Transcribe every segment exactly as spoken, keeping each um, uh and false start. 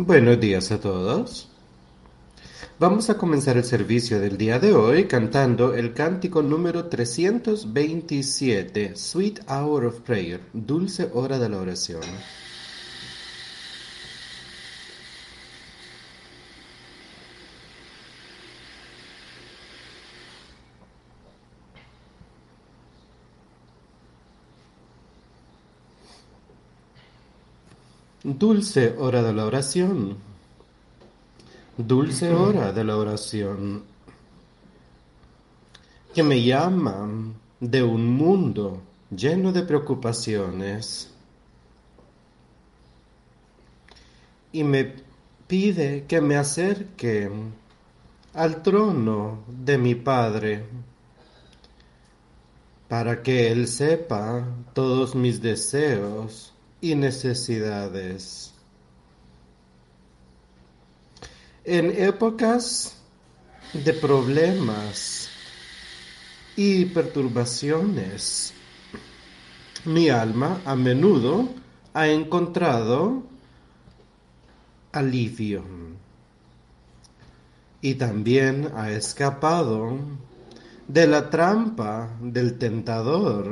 Buenos días a todos. Vamos a comenzar el servicio del día de hoy cantando el cántico número trescientos veintisiete, Sweet Hour of Prayer, Dulce Hora de la Oración. Dulce hora de la oración, dulce hora de la oración, que me llama de un mundo lleno de preocupaciones y me pide que me acerque al trono de mi Padre, para que Él sepa todos mis deseos y necesidades. En épocas de problemas y perturbaciones, mi alma a menudo ha encontrado alivio y también ha escapado de la trampa del tentador.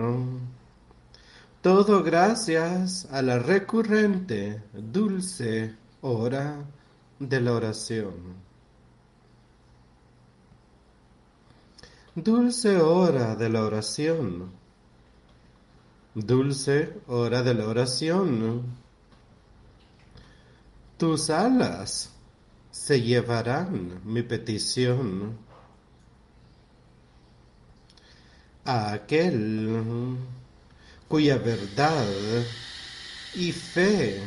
Todo gracias a la recurrente, dulce hora de la oración. Dulce hora de la oración. Dulce hora de la oración. Tus alas se llevarán mi petición a aquel cuya verdad y fe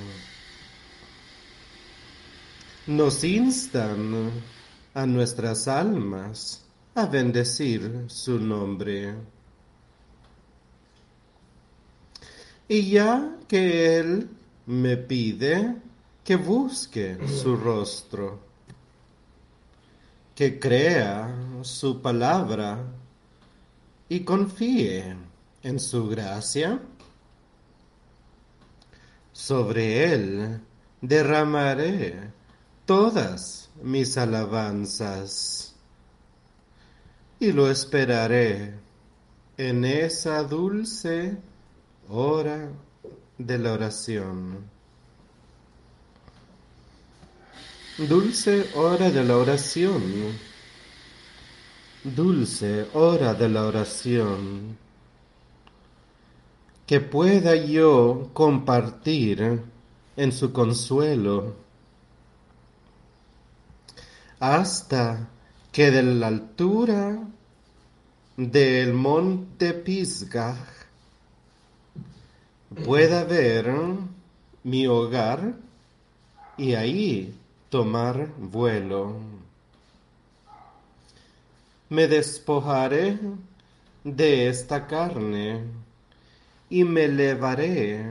nos instan a nuestras almas a bendecir su nombre. Y ya que Él me pide que busque su rostro, que crea su palabra y confíe en su gracia, sobre Él derramaré todas mis alabanzas y lo esperaré en esa dulce hora de la oración. Dulce hora de la oración. Dulce hora de la oración. Que pueda yo compartir en su consuelo, hasta que de la altura del monte Pisgah pueda ver mi hogar y ahí tomar vuelo. Me despojaré de esta carne y me elevaré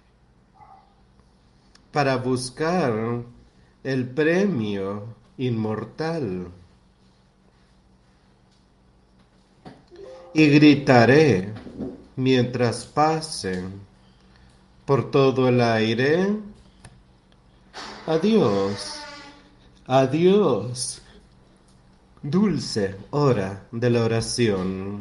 para buscar el premio inmortal. Y gritaré mientras pase por todo el aire: adiós, adiós, dulce hora de la oración.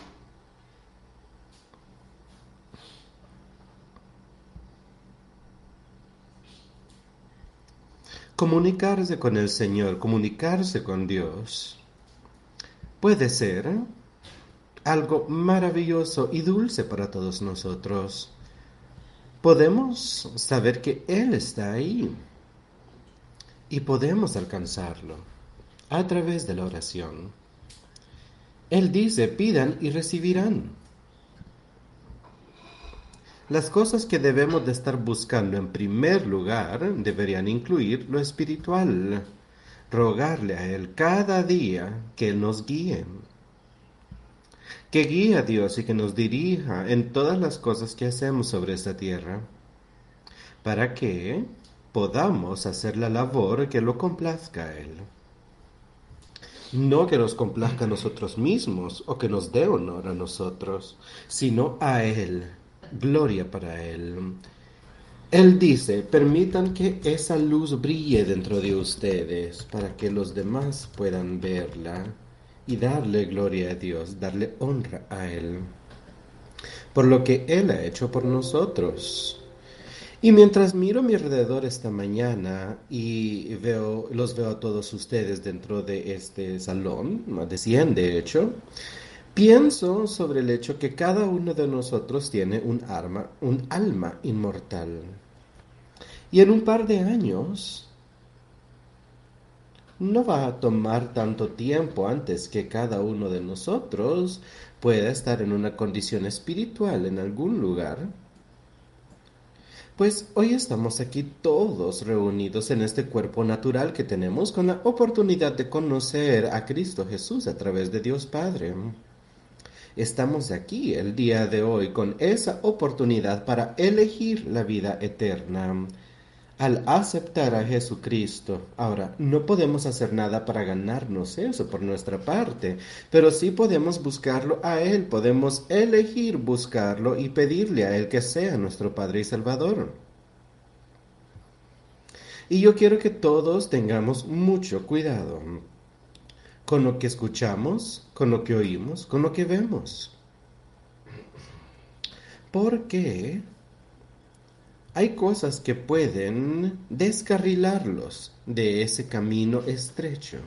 Comunicarse con el Señor, comunicarse con Dios, puede ser algo maravilloso y dulce para todos nosotros. Podemos saber que Él está ahí y podemos alcanzarlo a través de la oración. Él dice: pidan y recibirán. Las cosas que debemos de estar buscando en primer lugar deberían incluir lo espiritual. Rogarle a Él cada día que Él nos guíe. Que guíe a Dios y que nos dirija en todas las cosas que hacemos sobre esta tierra, para que podamos hacer la labor que lo complazca a Él. No que nos complazca a nosotros mismos o que nos dé honor a nosotros, sino a Él. Gloria para Él. Él dice, permitan que esa luz brille dentro de ustedes para que los demás puedan verla y darle gloria a Dios, darle honra a Él, por lo que Él ha hecho por nosotros. Y mientras miro a mi alrededor esta mañana y veo, los veo a todos ustedes dentro de este salón, más de cien de hecho, pienso sobre el hecho que cada uno de nosotros tiene un arma, un alma inmortal. Y en un par de años no va a tomar tanto tiempo antes que cada uno de nosotros pueda estar en una condición espiritual en algún lugar. Pues hoy estamos aquí todos reunidos en este cuerpo natural que tenemos con la oportunidad de conocer a Cristo Jesús a través de Dios Padre. Estamos aquí el día de hoy con esa oportunidad para elegir la vida eterna al aceptar a Jesucristo. Ahora, no podemos hacer nada para ganarnos eso por nuestra parte, pero sí podemos buscarlo a Él, podemos elegir buscarlo y pedirle a Él que sea nuestro Padre y Salvador. Y yo quiero que todos tengamos mucho cuidado con lo que escuchamos, con lo que oímos, con lo que vemos. Porque hay cosas que pueden descarrilarlos de ese camino estrecho.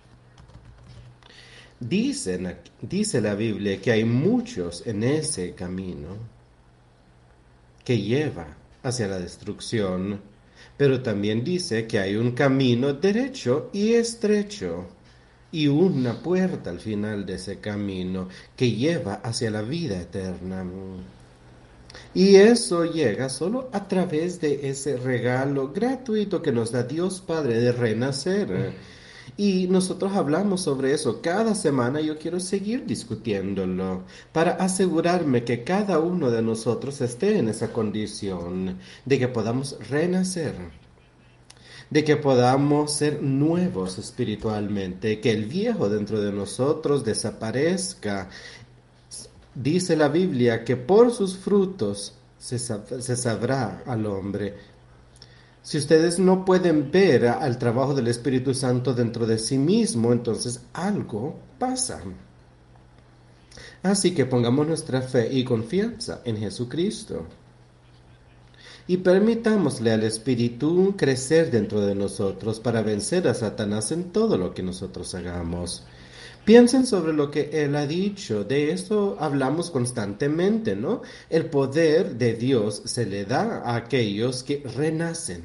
Dicen, dice la Biblia que hay muchos en ese camino que lleva hacia la destrucción, pero también dice que hay un camino derecho y estrecho y una puerta al final de ese camino que lleva hacia la vida eterna. Y eso llega solo a través de ese regalo gratuito que nos da Dios Padre de renacer. Y nosotros hablamos sobre eso cada semana y yo quiero seguir discutiéndolo para asegurarme que cada uno de nosotros esté en esa condición de que podamos renacer, de que podamos ser nuevos espiritualmente, que el viejo dentro de nosotros desaparezca. Dice la Biblia que por sus frutos se, sab- se sabrá al hombre. Si ustedes no pueden ver al trabajo del Espíritu Santo dentro de sí mismo, entonces algo pasa. Así que pongamos nuestra fe y confianza en Jesucristo. Y permitámosle al Espíritu crecer dentro de nosotros para vencer a Satanás en todo lo que nosotros hagamos. Piensen sobre lo que Él ha dicho, de eso hablamos constantemente, ¿no? El poder de Dios se le da a aquellos que renacen.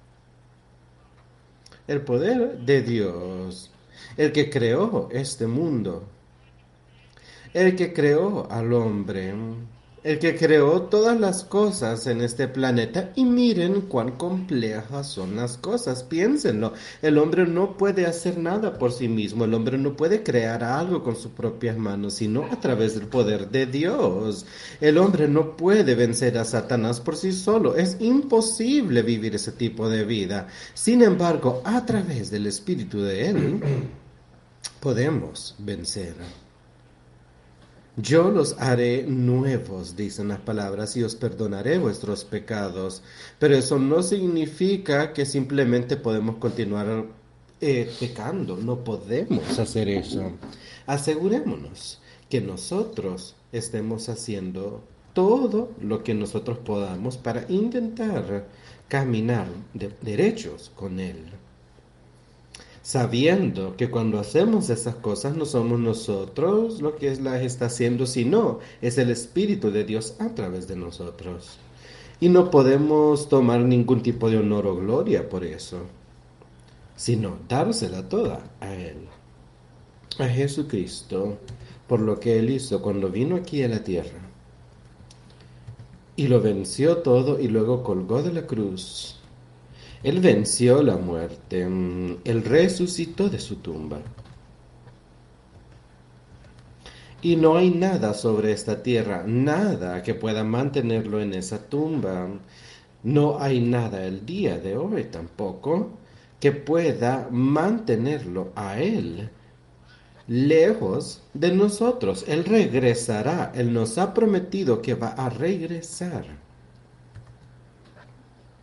El poder de Dios, el que creó este mundo, el que creó al hombre, el que creó todas las cosas en este planeta. Y miren cuán complejas son las cosas, piénsenlo. El hombre no puede hacer nada por sí mismo, el hombre no puede crear algo con sus propias manos, sino a través del poder de Dios. El hombre no puede vencer a Satanás por sí solo, es imposible vivir ese tipo de vida. Sin embargo, a través del Espíritu de Él, podemos vencer. Yo los haré nuevos, dicen las palabras, y os perdonaré vuestros pecados. Pero eso no significa que simplemente podemos continuar eh, pecando. No podemos hacer eso. Asegurémonos que nosotros estemos haciendo todo lo que nosotros podamos para intentar caminar de derechos con Él, sabiendo que cuando hacemos esas cosas no somos nosotros lo que las está haciendo, sino es el Espíritu de Dios a través de nosotros. Y no podemos tomar ningún tipo de honor o gloria por eso, sino dársela toda a Él, a Jesucristo, por lo que Él hizo cuando vino aquí a la tierra. Y lo venció todo y luego colgó de la cruz. Él venció la muerte, Él resucitó de su tumba. Y no hay nada sobre esta tierra, nada que pueda mantenerlo en esa tumba. No hay nada el día de hoy tampoco que pueda mantenerlo a Él lejos de nosotros. Él regresará, Él nos ha prometido que va a regresar.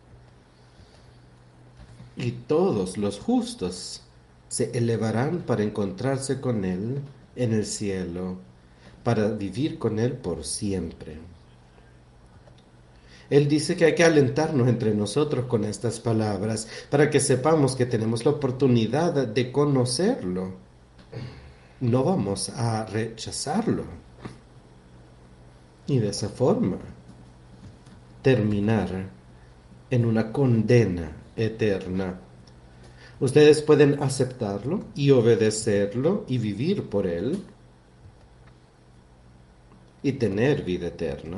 y todos los justos se elevarán para encontrarse con Él en el cielo, para vivir con Él por siempre. Él dice que hay que alentarnos entre nosotros con estas palabras para que sepamos que tenemos la oportunidad de conocerlo. No vamos a rechazarlo. Y de esa forma terminar en una condena eterna. Ustedes pueden aceptarlo y obedecerlo y vivir por él y tener vida eterna.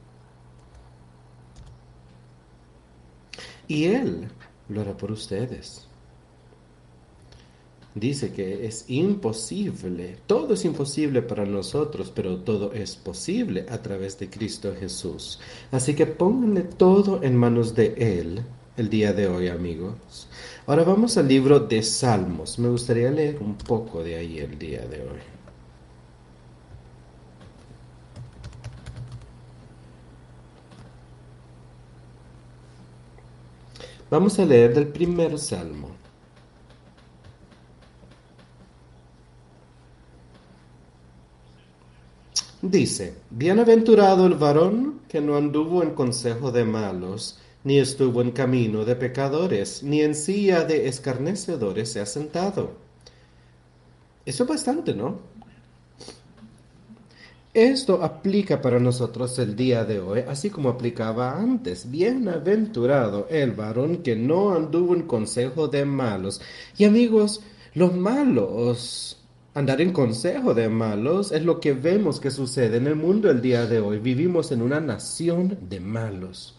Y él lo hará por ustedes. Dice que es imposible, todo es imposible para nosotros, pero todo es posible a través de Cristo Jesús. Así que pónganle todo en manos de Él el día de hoy, amigos. Ahora vamos al libro de Salmos. Me gustaría leer un poco de ahí el día de hoy. Vamos a leer del primer Salmo. Dice, bienaventurado el varón que no anduvo en consejo de malos, ni estuvo en camino de pecadores, ni en silla de escarnecedores se ha sentado. Eso es bastante, ¿no? Esto aplica para nosotros el día de hoy, así como aplicaba antes. Bienaventurado el varón que no anduvo en consejo de malos. Y amigos, los malos, andar en consejo de malos es lo que vemos que sucede en el mundo el día de hoy. Vivimos en una nación de malos.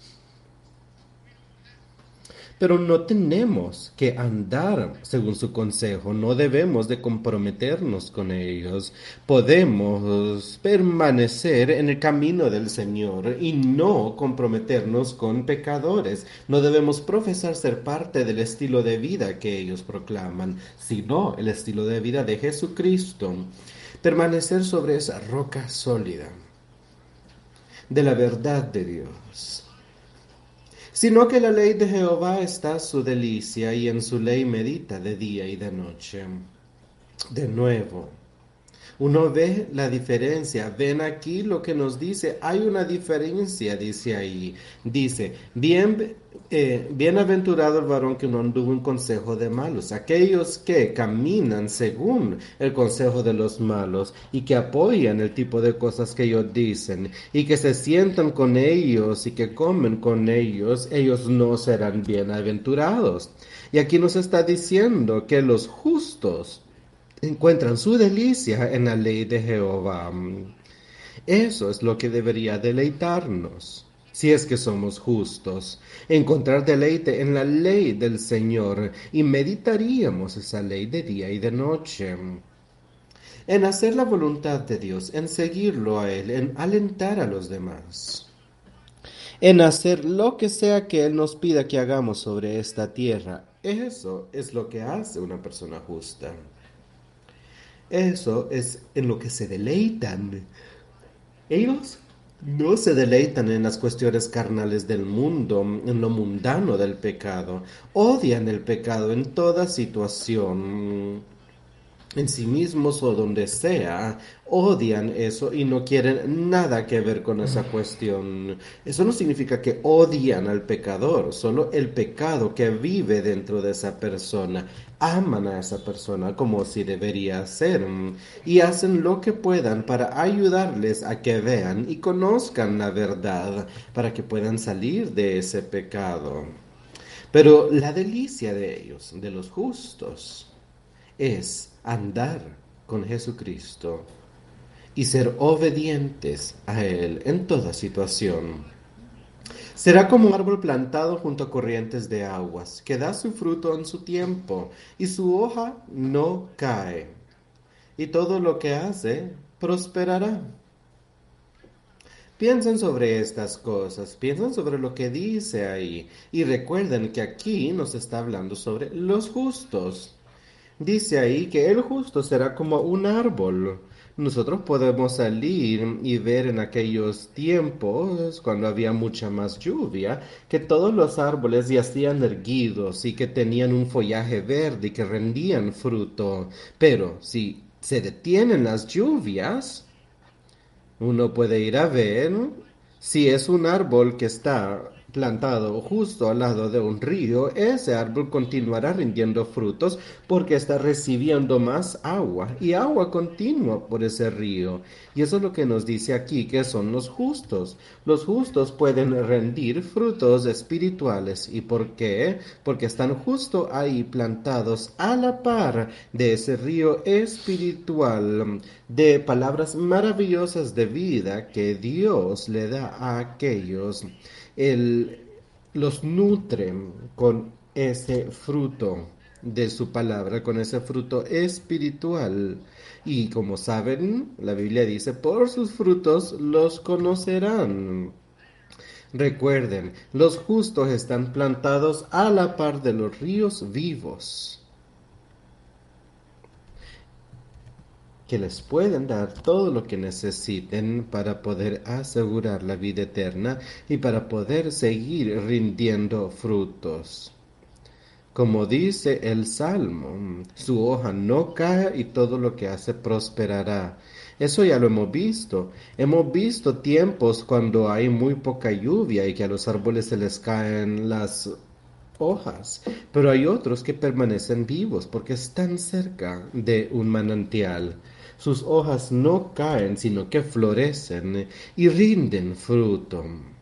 Pero no tenemos que andar según su consejo, no debemos de comprometernos con ellos. Podemos permanecer en el camino del Señor y no comprometernos con pecadores. No debemos profesar ser parte del estilo de vida que ellos proclaman, sino el estilo de vida de Jesucristo. Permanecer sobre esa roca sólida de la verdad de Dios. Sino que la ley de Jehová está su delicia, y en su ley medita de día y de noche. De nuevo, uno ve la diferencia. Ven aquí lo que nos dice. Hay una diferencia, dice ahí. Dice, bien, eh, bienaventurado el varón que no anduvo en consejo de malos. Aquellos que caminan según el consejo de los malos y que apoyan el tipo de cosas que ellos dicen y que se sientan con ellos y que comen con ellos, ellos no serán bienaventurados. Y aquí nos está diciendo que los justos encuentran su delicia en la ley de Jehová. Eso es lo que debería deleitarnos, si es que somos justos, encontrar deleite en la ley del Señor, y meditaríamos esa ley de día y de noche, en hacer la voluntad de Dios, en seguirlo a Él, en alentar a los demás, en hacer lo que sea que Él nos pida que hagamos sobre esta tierra. Eso es lo que hace una persona justa. Eso es en lo que se deleitan. Ellos no se deleitan en las cuestiones carnales del mundo, en lo mundano del pecado. Odian el pecado en toda situación, en sí mismos o donde sea. Odian eso y no quieren nada que ver con esa cuestión. Eso no significa que odian al pecador, solo el pecado que vive dentro de esa persona. Aman a esa persona como si debería ser y hacen lo que puedan para ayudarles a que vean y conozcan la verdad, para que puedan salir de ese pecado. Pero la delicia de ellos, de los justos, es andar con Jesucristo y ser obedientes a Él en toda situación. Será como un árbol plantado junto a corrientes de aguas, que da su fruto en su tiempo, y su hoja no cae, y todo lo que hace prosperará. Piensen sobre estas cosas, piensen sobre lo que dice ahí, y recuerden que aquí nos está hablando sobre los justos. Dice ahí que el justo será como un árbol Nosotros podemos salir y ver en aquellos tiempos, cuando había mucha más lluvia, que todos los árboles yacían erguidos y que tenían un follaje verde y que rendían fruto. Pero si se detienen las lluvias, uno puede ir a ver si es un árbol que está plantado justo al lado de un río, ese árbol continuará rindiendo frutos porque está recibiendo más agua y agua continua por ese río. Y eso es lo que nos dice aquí, que son los justos. Los justos pueden rendir frutos espirituales. ¿Y por qué? Porque están justo ahí plantados a la par de ese río espiritual, de palabras maravillosas de vida que Dios le da a aquellos. Él los nutre con ese fruto de su palabra, con ese fruto espiritual. Y como saben, la Biblia dice, por sus frutos los conocerán. Recuerden, los justos están plantados a la par de los ríos vivos, que les pueden dar todo lo que necesiten para poder asegurar la vida eterna y para poder seguir rindiendo frutos. Como dice el Salmo, su hoja no cae y todo lo que hace prosperará. Eso ya lo hemos visto. Hemos visto tiempos cuando hay muy poca lluvia y que a los árboles se les caen las hojas, pero hay otros que permanecen vivos porque están cerca de un manantial. Sus hojas no caen, sino que florecen y rinden fruto.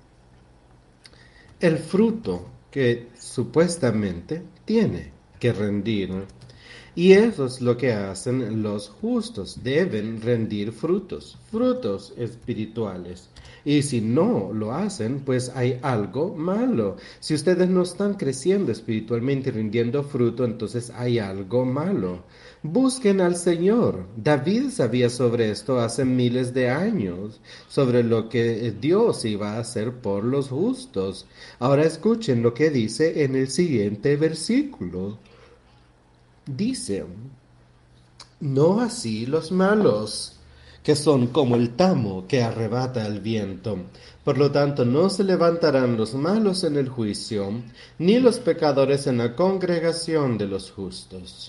El fruto que supuestamente tiene que rendir. Y eso es lo que hacen los justos. Deben rendir frutos, frutos espirituales. Y si no lo hacen, pues hay algo malo. Si ustedes no están creciendo espiritualmente y rindiendo fruto, entonces hay algo malo. Busquen al Señor. David sabía sobre esto hace miles de años, sobre lo que Dios iba a hacer por los justos. Ahora escuchen lo que dice en el siguiente versículo. Dice, no así los malos, que son como el tamo que arrebata el viento. Por lo tanto, no se levantarán los malos en el juicio, ni los pecadores en la congregación de los justos.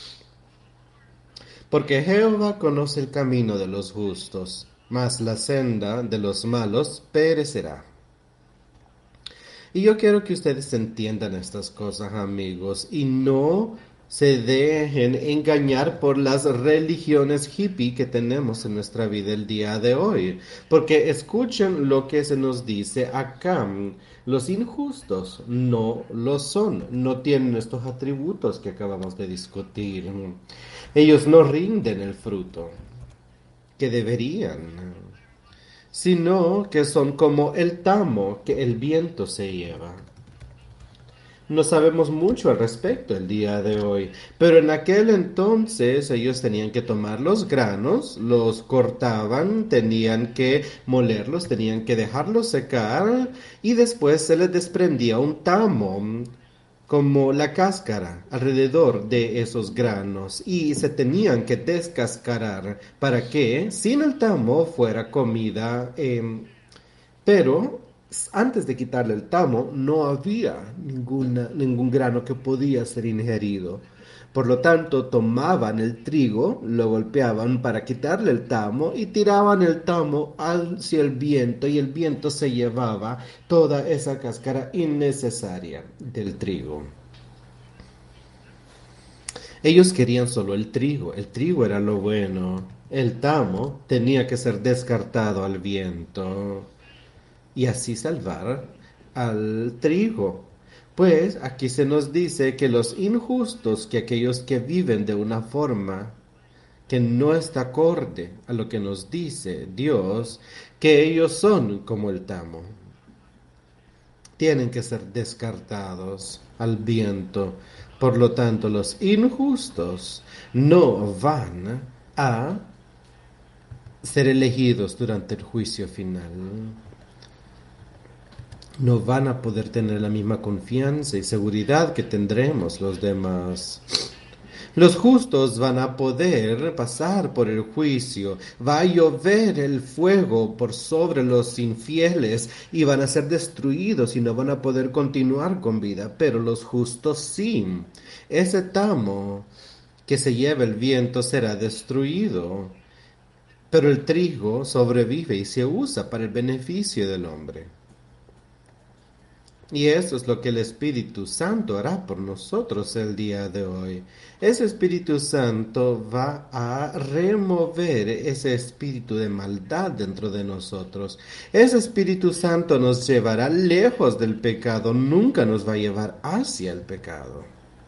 Porque Jehová conoce el camino de los justos, mas la senda de los malos perecerá. Y yo quiero que ustedes entiendan estas cosas, amigos, y no se dejen engañar por las religiones hippie que tenemos en nuestra vida el día de hoy. Porque escuchen lo que se nos dice acá. Los injustos no lo son, no tienen estos atributos que acabamos de discutir. Ellos no rinden el fruto que deberían, sino que son como el tamo que el viento se lleva. No sabemos mucho al respecto el día de hoy, pero en aquel entonces ellos tenían que tomar los granos, los cortaban, tenían que molerlos, tenían que dejarlos secar y después se les desprendía un tamo, como la cáscara alrededor de esos granos, y se tenían que descascarar para que sin el tamo fuera comida, eh, pero antes de quitarle el tamo no había ninguna, ningún grano que podía ser ingerido. Por lo tanto, tomaban el trigo, lo golpeaban para quitarle el tamo y tiraban el tamo hacia el viento y el viento se llevaba toda esa cáscara innecesaria del trigo. Ellos querían solo el trigo, el trigo era lo bueno, el tamo tenía que ser descartado al viento y así salvar al trigo. Pues aquí se nos dice que los injustos, que aquellos que viven de una forma que no está acorde a lo que nos dice Dios, que ellos son como el tamo. Tienen que ser descartados al viento. Por lo tanto, los injustos no van a ser elegidos durante el juicio final. No van a poder tener la misma confianza y seguridad que tendremos los demás. Los justos van a poder pasar por el juicio, va a llover el fuego por sobre los infieles y van a ser destruidos y no van a poder continuar con vida, pero los justos sí. Ese tamo que se lleva el viento será destruido, pero el trigo sobrevive y se usa para el beneficio del hombre. Y eso es lo que el Espíritu Santo hará por nosotros el día de hoy. Ese Espíritu Santo va a remover ese espíritu de maldad dentro de nosotros. Ese Espíritu Santo nos llevará lejos del pecado, nunca nos va a llevar hacia el pecado.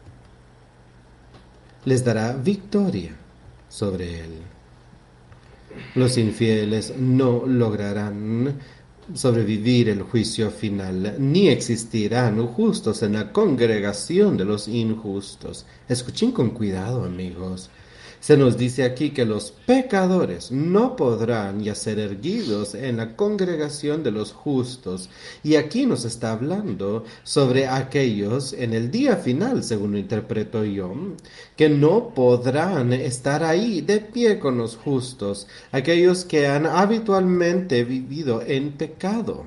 Les dará victoria sobre él. Los infieles no lograrán sobrevivir el juicio final, ni existirán justos en la congregación de los injustos. Escuchen con cuidado, amigos. Se nos dice aquí que los pecadores no podrán ya ser erguidos en la congregación de los justos. Y aquí nos está hablando sobre aquellos en el día final, según lo interpreto yo, que no podrán estar ahí de pie con los justos, aquellos que han habitualmente vivido en pecado.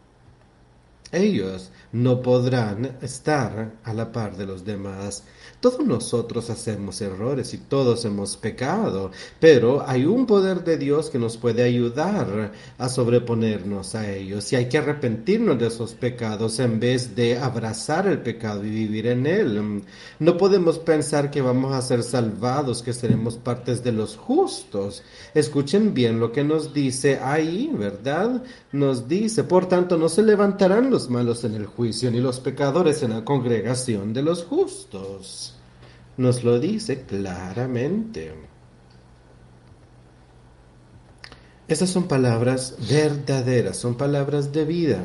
Ellos no podrán estar a la par de los demás. Todos nosotros hacemos errores y todos hemos pecado, pero hay un poder de Dios que nos puede ayudar a sobreponernos a ellos y hay que arrepentirnos de esos pecados en vez de abrazar el pecado y vivir en él. No podemos pensar que vamos a ser salvados, que seremos partes de los justos. Escuchen bien lo que nos dice ahí, ¿verdad? Nos dice, por tanto, no se levantarán los malos en el juicio, ni los pecadores en la congregación de los justos. Nos lo dice claramente. Esas son palabras verdaderas, son palabras de vida.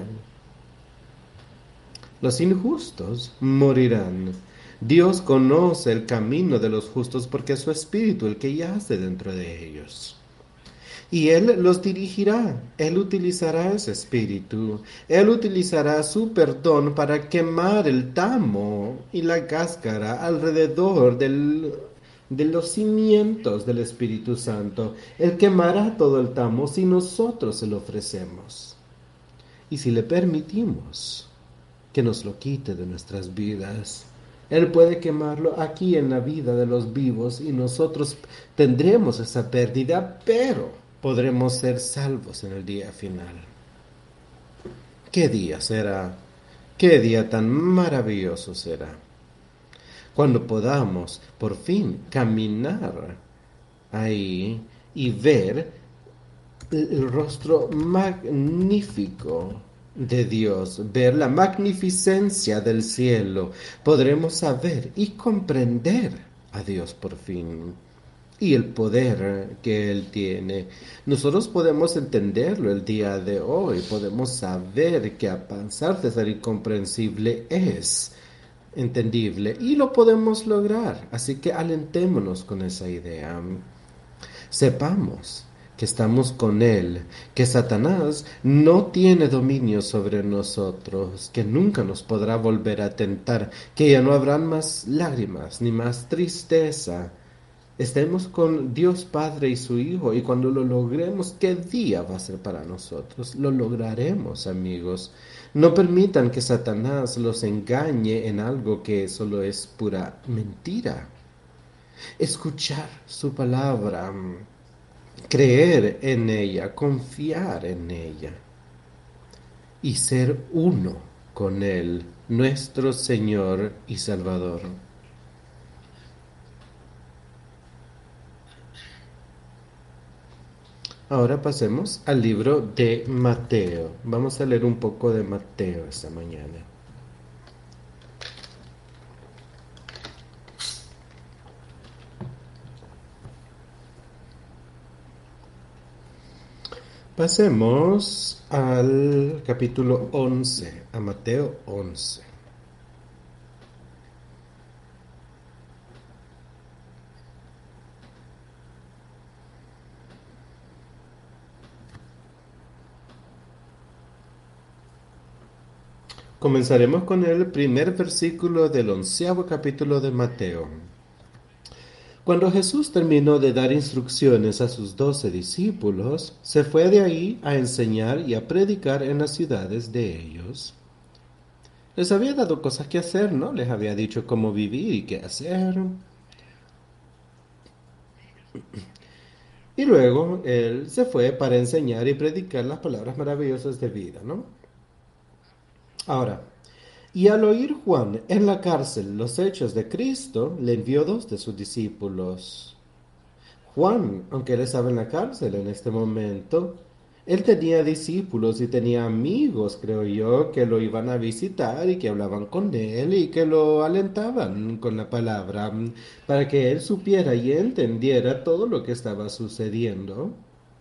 Los injustos morirán. Dios conoce el camino de los justos porque es su espíritu el que yace dentro de ellos. Y Él los dirigirá, Él utilizará ese espíritu, Él utilizará su perdón para quemar el tamo y la cáscara alrededor del, de los cimientos del Espíritu Santo. Él quemará todo el tamo si nosotros se lo ofrecemos y si le permitimos que nos lo quite de nuestras vidas. Él puede quemarlo aquí en la vida de los vivos y nosotros tendremos esa pérdida, pero podremos ser salvos en el día final. ¿Qué día será? ¿Qué día tan maravilloso será? Cuando podamos por fin caminar ahí y ver el rostro magnífico de Dios, ver la magnificencia del cielo, podremos saber y comprender a Dios por fin. Y el poder que Él tiene. Nosotros podemos entenderlo el día de hoy, podemos saber que a pesar de ser incomprensible es entendible y lo podemos lograr. Así que alentémonos con esa idea. Sepamos que estamos con Él, que Satanás no tiene dominio sobre nosotros, que nunca nos podrá volver a tentar, que ya no habrán más lágrimas ni más tristeza. Estemos con Dios Padre y su Hijo, y cuando lo logremos, ¿qué día va a ser para nosotros? Lo lograremos, amigos. No permitan que Satanás los engañe en algo que solo es pura mentira. Escuchar su palabra, creer en ella, confiar en ella y ser uno con Él, nuestro Señor y Salvador. Ahora pasemos al libro de Mateo. Vamos a leer un poco de Mateo esta mañana. Pasemos al capítulo once, a Mateo once. Comenzaremos con el primer versículo del onceavo capítulo de Mateo. Cuando Jesús terminó de dar instrucciones a sus doce discípulos, se fue de ahí a enseñar y a predicar en las ciudades de ellos. Les había dado cosas que hacer, ¿no? Les había dicho cómo vivir y qué hacer. Y luego él se fue para enseñar y predicar las palabras maravillosas de vida, ¿no? Ahora, y al oír Juan en la cárcel los hechos de Cristo, le envió dos de sus discípulos. Juan, aunque él estaba en la cárcel en este momento, él tenía discípulos y tenía amigos, creo yo, que lo iban a visitar y que hablaban con él y que lo alentaban con la palabra para que él supiera y entendiera todo lo que estaba sucediendo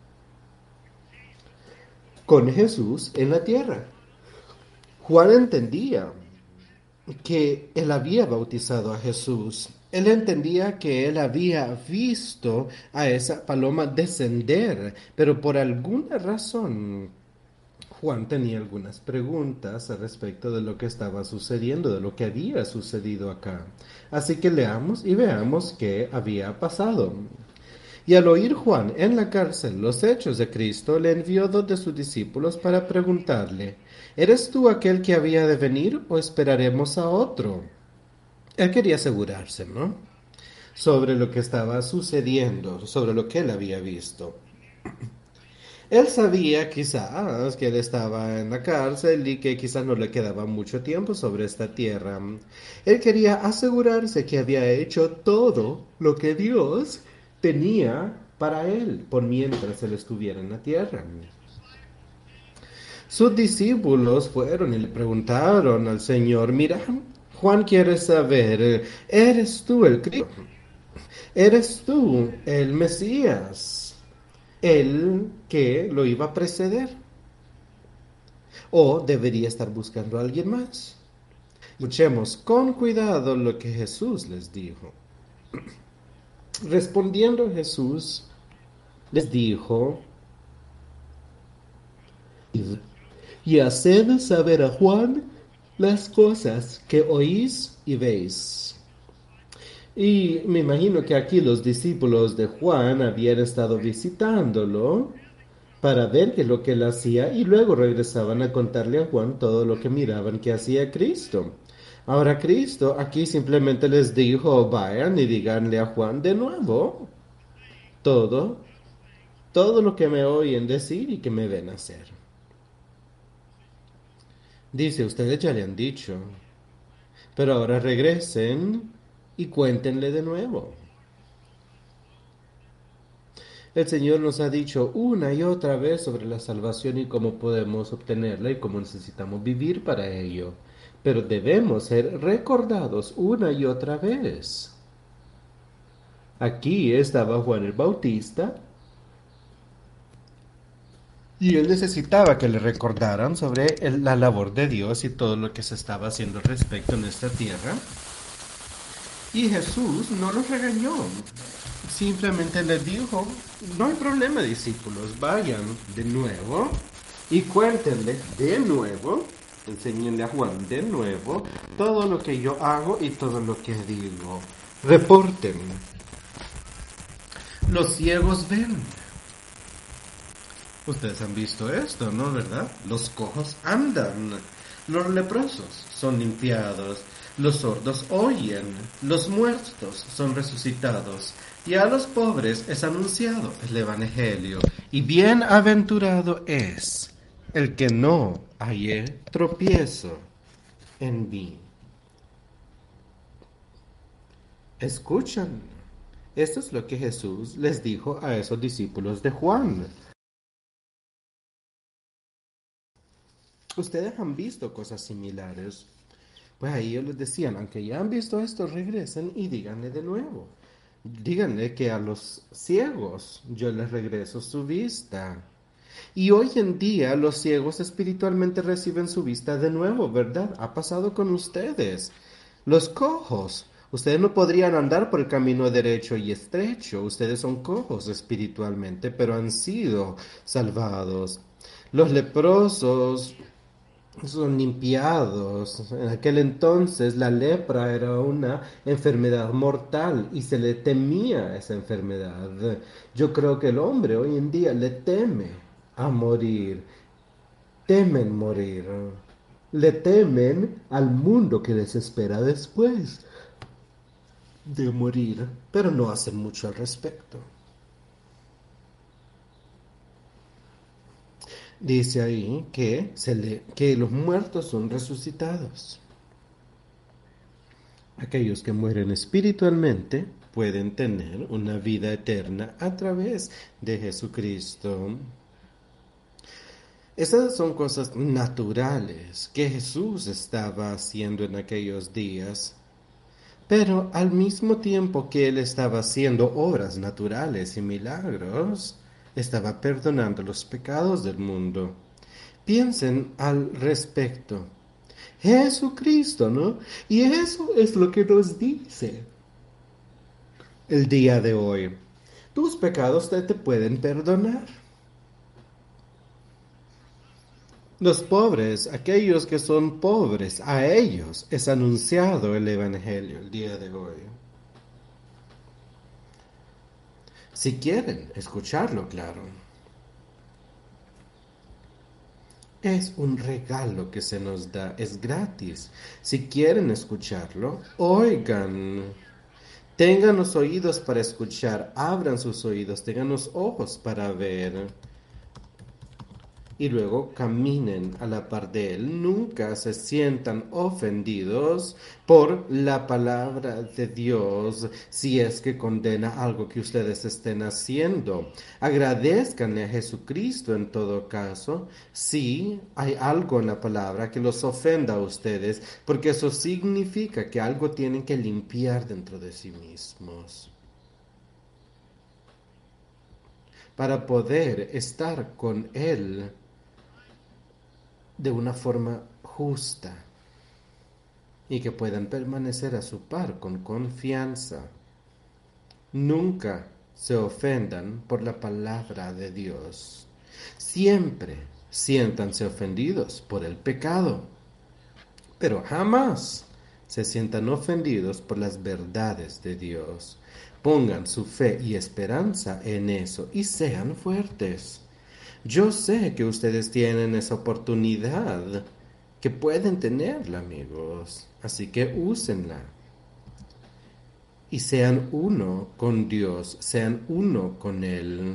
con Jesús en la tierra. Juan entendía que él había bautizado a Jesús. Él entendía que él había visto a esa paloma descender, pero por alguna razón Juan tenía algunas preguntas al respecto de lo que estaba sucediendo, de lo que había sucedido acá. Así que leamos y veamos qué había pasado. Y al oír Juan en la cárcel los hechos de Cristo, le envió dos de sus discípulos para preguntarle, ¿eres tú aquel que había de venir o esperaremos a otro? Él quería asegurarse, ¿no? Sobre lo que estaba sucediendo, sobre lo que él había visto. Él sabía quizás que él estaba en la cárcel y que quizás no le quedaba mucho tiempo sobre esta tierra. Él quería asegurarse que había hecho todo lo que Dios tenía para él por mientras él estuviera en la tierra. Sus discípulos fueron y le preguntaron al Señor, mira, Juan quiere saber, ¿eres tú el Cristo? ¿Eres tú el Mesías? El que lo iba a preceder. ¿O debería estar buscando a alguien más? Escuchemos con cuidado lo que Jesús les dijo. Respondiendo Jesús, les dijo, y haced saber a Juan las cosas que oís y veis. Y me imagino que aquí los discípulos de Juan habían estado visitándolo para ver qué es lo que él hacía y luego regresaban a contarle a Juan todo lo que miraban que hacía Cristo. Ahora Cristo aquí simplemente les dijo, vayan y díganle a Juan de nuevo todo, todo lo que me oyen decir y que me ven hacer. Dice, ustedes ya le han dicho, pero ahora regresen y cuéntenle de nuevo. El Señor nos ha dicho una y otra vez sobre la salvación y cómo podemos obtenerla y cómo necesitamos vivir para ello. Pero debemos ser recordados una y otra vez. Aquí estaba Juan el Bautista y él necesitaba que le recordaran sobre el- la labor de Dios y todo lo que se estaba haciendo al respecto en esta tierra. Y Jesús no los regañó. Simplemente les dijo, no hay problema, discípulos, vayan de nuevo y cuéntenle de nuevo, enséñenle a Juan de nuevo todo lo que yo hago y todo lo que digo. Reporten. Los ciegos ven. Ustedes han visto esto, ¿no? ¿Verdad? Los cojos andan. Los leprosos son limpiados. Los sordos oyen. Los muertos son resucitados. Y a los pobres es anunciado el Evangelio. Y bienaventurado es el que no halle tropiezo en mí. Escuchan. Esto es lo que Jesús les dijo a esos discípulos de Juan. Ustedes han visto cosas similares. Pues ahí ellos les decían, aunque ya han visto esto, regresen y díganle de nuevo. Díganle que a los ciegos yo les regreso su vista. Y hoy en día los ciegos espiritualmente reciben su vista de nuevo, ¿verdad? Ha pasado con ustedes. Los cojos. Ustedes no podrían andar por el camino derecho y estrecho. Ustedes son cojos espiritualmente, pero han sido salvados. Los leprosos son limpiados. En aquel entonces la lepra era una enfermedad mortal y se le temía esa enfermedad. Yo creo que el hombre hoy en día le teme a morir, temen morir, le temen al mundo que les espera después de morir, pero no hacen mucho al respecto. Dice ahí que, se le, que los muertos son resucitados. Aquellos que mueren espiritualmente pueden tener una vida eterna a través de Jesucristo. Estas son cosas naturales que Jesús estaba haciendo en aquellos días. Pero al mismo tiempo que él estaba haciendo obras naturales y milagros, estaba perdonando los pecados del mundo. Piensen al respecto. Jesucristo, ¿no? Y eso es lo que nos dice el día de hoy. Tus pecados te, te pueden perdonar. Los pobres, aquellos que son pobres, a ellos es anunciado el Evangelio el día de hoy. Si quieren escucharlo, claro. Es un regalo que se nos da, es gratis. Si quieren escucharlo, oigan. Tengan los oídos para escuchar, abran sus oídos, tengan los ojos para ver. Y luego caminen a la par de él. Nunca se sientan ofendidos por la palabra de Dios si es que condena algo que ustedes estén haciendo. Agradezcanle a Jesucristo en todo caso si hay algo en la palabra que los ofenda a ustedes, porque eso significa que algo tienen que limpiar dentro de sí mismos para poder estar con Él de una forma justa y que puedan permanecer a su par con confianza. Nunca se ofendan por la palabra de Dios. Siempre siéntanse ofendidos por el pecado, pero jamás se sientan ofendidos por las verdades de Dios. Pongan su fe y esperanza en eso y sean fuertes. Yo sé que ustedes tienen esa oportunidad, que pueden tenerla, amigos. Así que úsenla. Y sean uno con Dios, sean uno con Él.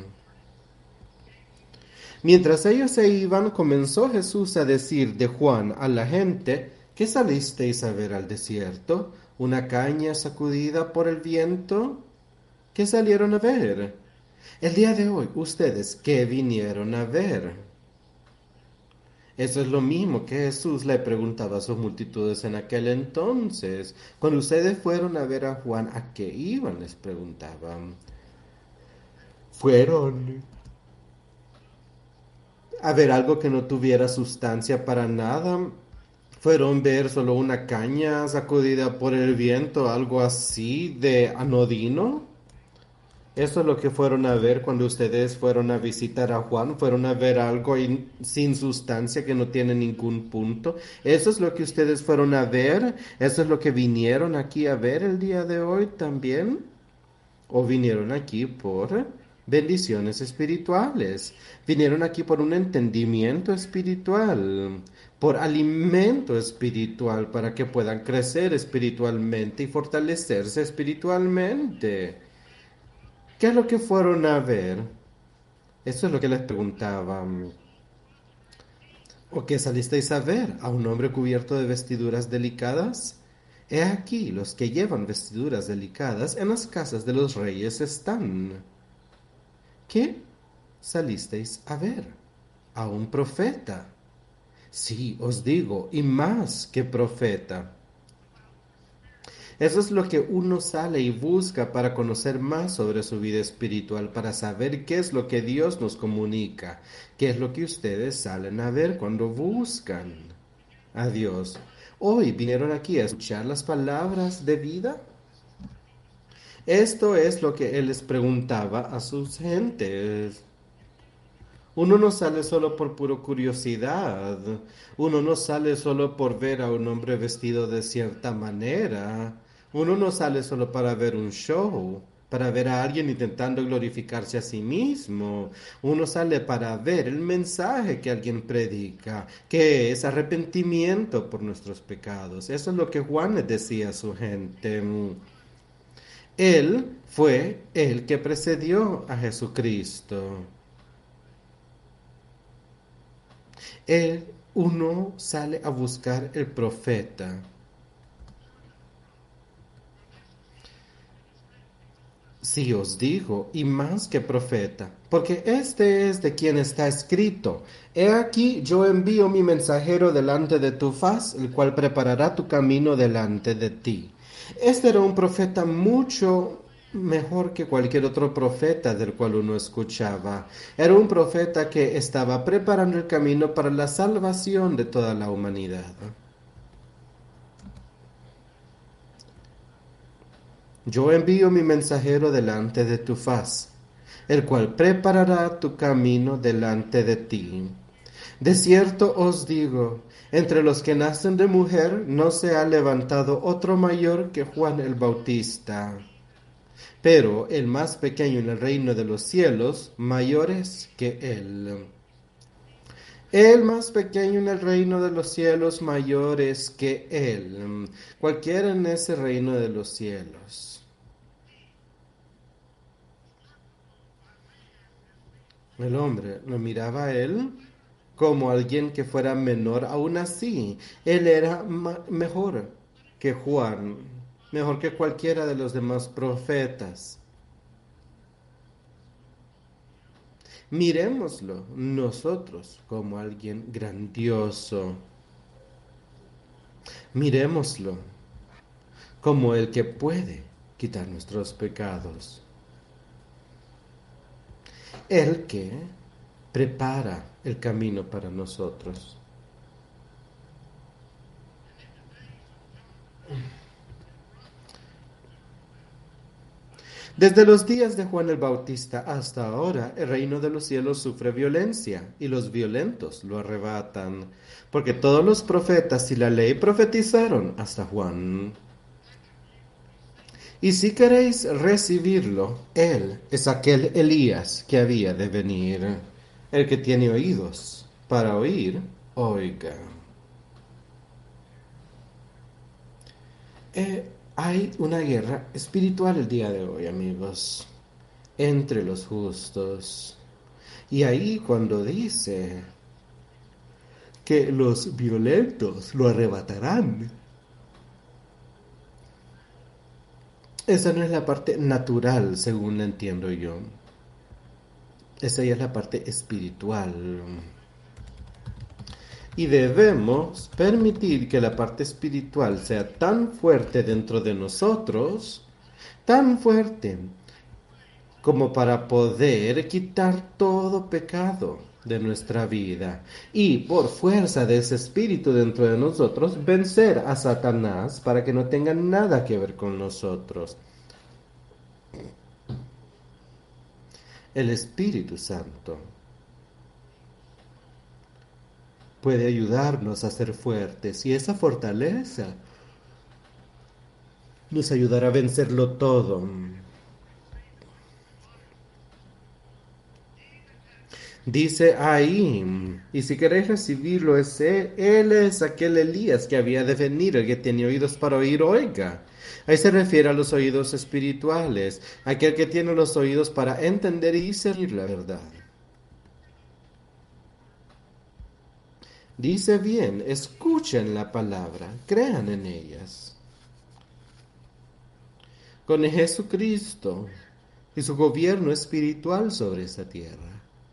Mientras ellos se iban, comenzó Jesús a decir de Juan a la gente: ¿qué salisteis a ver al desierto? ¿Una caña sacudida por el viento? ¿Qué salieron a ver? El día de hoy, ustedes, ¿qué vinieron a ver? Eso es lo mismo que Jesús le preguntaba a sus multitudes en aquel entonces. Cuando ustedes fueron a ver a Juan, ¿a qué iban? Les preguntaban. Fueron a ver algo que no tuviera sustancia para nada. Fueron a ver solo una caña sacudida por el viento, algo así de anodino. Eso es lo que fueron a ver cuando ustedes fueron a visitar a Juan. Fueron a ver algo in- sin sustancia que no tiene ningún punto. Eso es lo que ustedes fueron a ver. Eso es lo que vinieron aquí a ver el día de hoy también. O vinieron aquí por bendiciones espirituales. Vinieron aquí por un entendimiento espiritual, por alimento espiritual para que puedan crecer espiritualmente y fortalecerse espiritualmente. ¿Qué es lo que fueron a ver? Eso es lo que les preguntaba. ¿O qué salisteis a ver? ¿A un hombre cubierto de vestiduras delicadas? He aquí, los que llevan vestiduras delicadas en las casas de los reyes están. ¿Qué salisteis a ver? ¿A un profeta? Sí, os digo, y más que profeta. Eso es lo que uno sale y busca para conocer más sobre su vida espiritual, para saber qué es lo que Dios nos comunica, qué es lo que ustedes salen a ver cuando buscan a Dios. Hoy vinieron aquí a escuchar las palabras de vida. Esto es lo que Él les preguntaba a sus gentes. Uno no sale solo por pura curiosidad. Uno no sale solo por ver a un hombre vestido de cierta manera. Uno no sale solo para ver un show, para ver a alguien intentando glorificarse a sí mismo. Uno sale para ver el mensaje que alguien predica, que es arrepentimiento por nuestros pecados. Eso es lo que Juan les decía a su gente. Él fue el que precedió a Jesucristo. Él, uno sale a buscar el profeta. Sí os digo, y más que profeta, porque este es de quien está escrito. He aquí yo envío mi mensajero delante de tu faz, el cual preparará tu camino delante de ti. Este era un profeta mucho mejor que cualquier otro profeta del cual uno escuchaba. Era un profeta que estaba preparando el camino para la salvación de toda la humanidad. Yo envío mi mensajero delante de tu faz, el cual preparará tu camino delante de ti. De cierto os digo, entre los que nacen de mujer no se ha levantado otro mayor que Juan el Bautista. Pero el más pequeño en el reino de los cielos, mayor es que él. El más pequeño en el reino de los cielos, mayor es que él. Cualquiera en ese reino de los cielos. El hombre lo miraba a él como alguien que fuera menor. Aún así, él era ma- mejor que Juan, mejor que cualquiera de los demás profetas. Miremoslo nosotros como alguien grandioso. Miremoslo como el que puede quitar nuestros pecados. El que prepara el camino para nosotros. Desde los días de Juan el Bautista hasta ahora, el reino de los cielos sufre violencia y los violentos lo arrebatan, porque todos los profetas y la ley profetizaron hasta Juan. Y si queréis recibirlo, él es aquel Elías que había de venir. El que tiene oídos para oír, oiga. Eh, hay una guerra espiritual el día de hoy, amigos, entre los justos. Y ahí cuando dice que los violentos lo arrebatarán, esa no es la parte natural, según la entiendo yo. Esa ya es la parte espiritual. Y debemos permitir que la parte espiritual sea tan fuerte dentro de nosotros, tan fuerte, como para poder quitar todo pecado de nuestra vida y por fuerza de ese espíritu dentro de nosotros vencer a Satanás para que no tenga nada que ver con nosotros. El Espíritu Santo puede ayudarnos a ser fuertes y esa fortaleza nos ayudará a vencerlo todo. Dice ahí, y si queréis recibirlo, ese, él es aquel Elías que había de venir, el que tiene oídos para oír, oiga. Ahí se refiere a los oídos espirituales, aquel que tiene los oídos para entender y discernir la verdad. Dice bien, escuchen la palabra, crean en ellas. Con Jesucristo y su gobierno espiritual sobre esta tierra.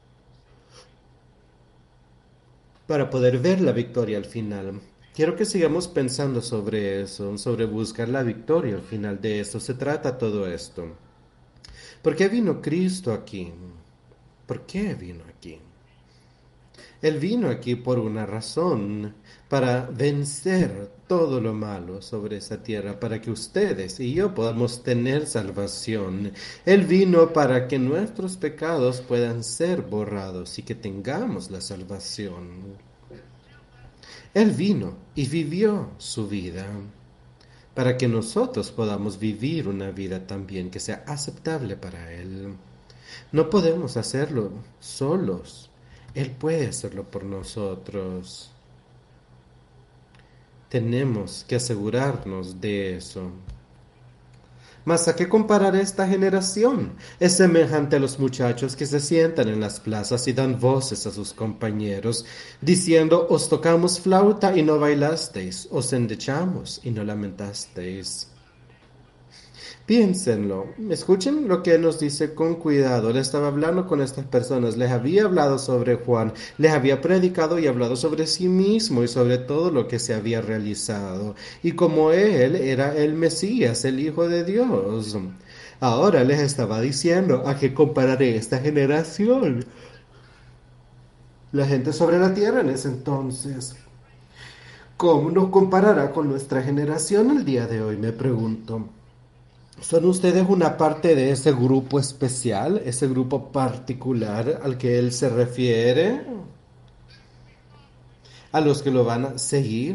Para poder ver la victoria al final. Quiero que sigamos pensando sobre eso, sobre buscar la victoria al final de esto. Se trata todo esto. ¿Por qué vino Cristo aquí? ¿Por qué vino aquí? Él vino aquí por una razón, para vencer todo lo malo sobre esa tierra, para que ustedes y yo podamos tener salvación. Él vino para que nuestros pecados puedan ser borrados y que tengamos la salvación. Él vino y vivió su vida para que nosotros podamos vivir una vida también que sea aceptable para Él. No podemos hacerlo solos. Él puede hacerlo por nosotros. Tenemos que asegurarnos de eso. Mas ¿a qué comparar esta generación? Es semejante a los muchachos que se sientan en las plazas y dan voces a sus compañeros, diciendo, os tocamos flauta y no bailasteis, os endechamos y no lamentasteis. Piénsenlo, escuchen lo que nos dice con cuidado. Él estaba hablando con estas personas, les había hablado sobre Juan, les había predicado y hablado sobre sí mismo y sobre todo lo que se había realizado. Y como él era el Mesías, el Hijo de Dios. Ahora les estaba diciendo, ¿a qué compararé esta generación? La gente sobre la tierra en ese entonces. ¿Cómo nos comparará con nuestra generación el día de hoy? Me pregunto. ¿Son ustedes una parte de ese grupo especial, ese grupo particular al que él se refiere? ¿A los que lo van a seguir?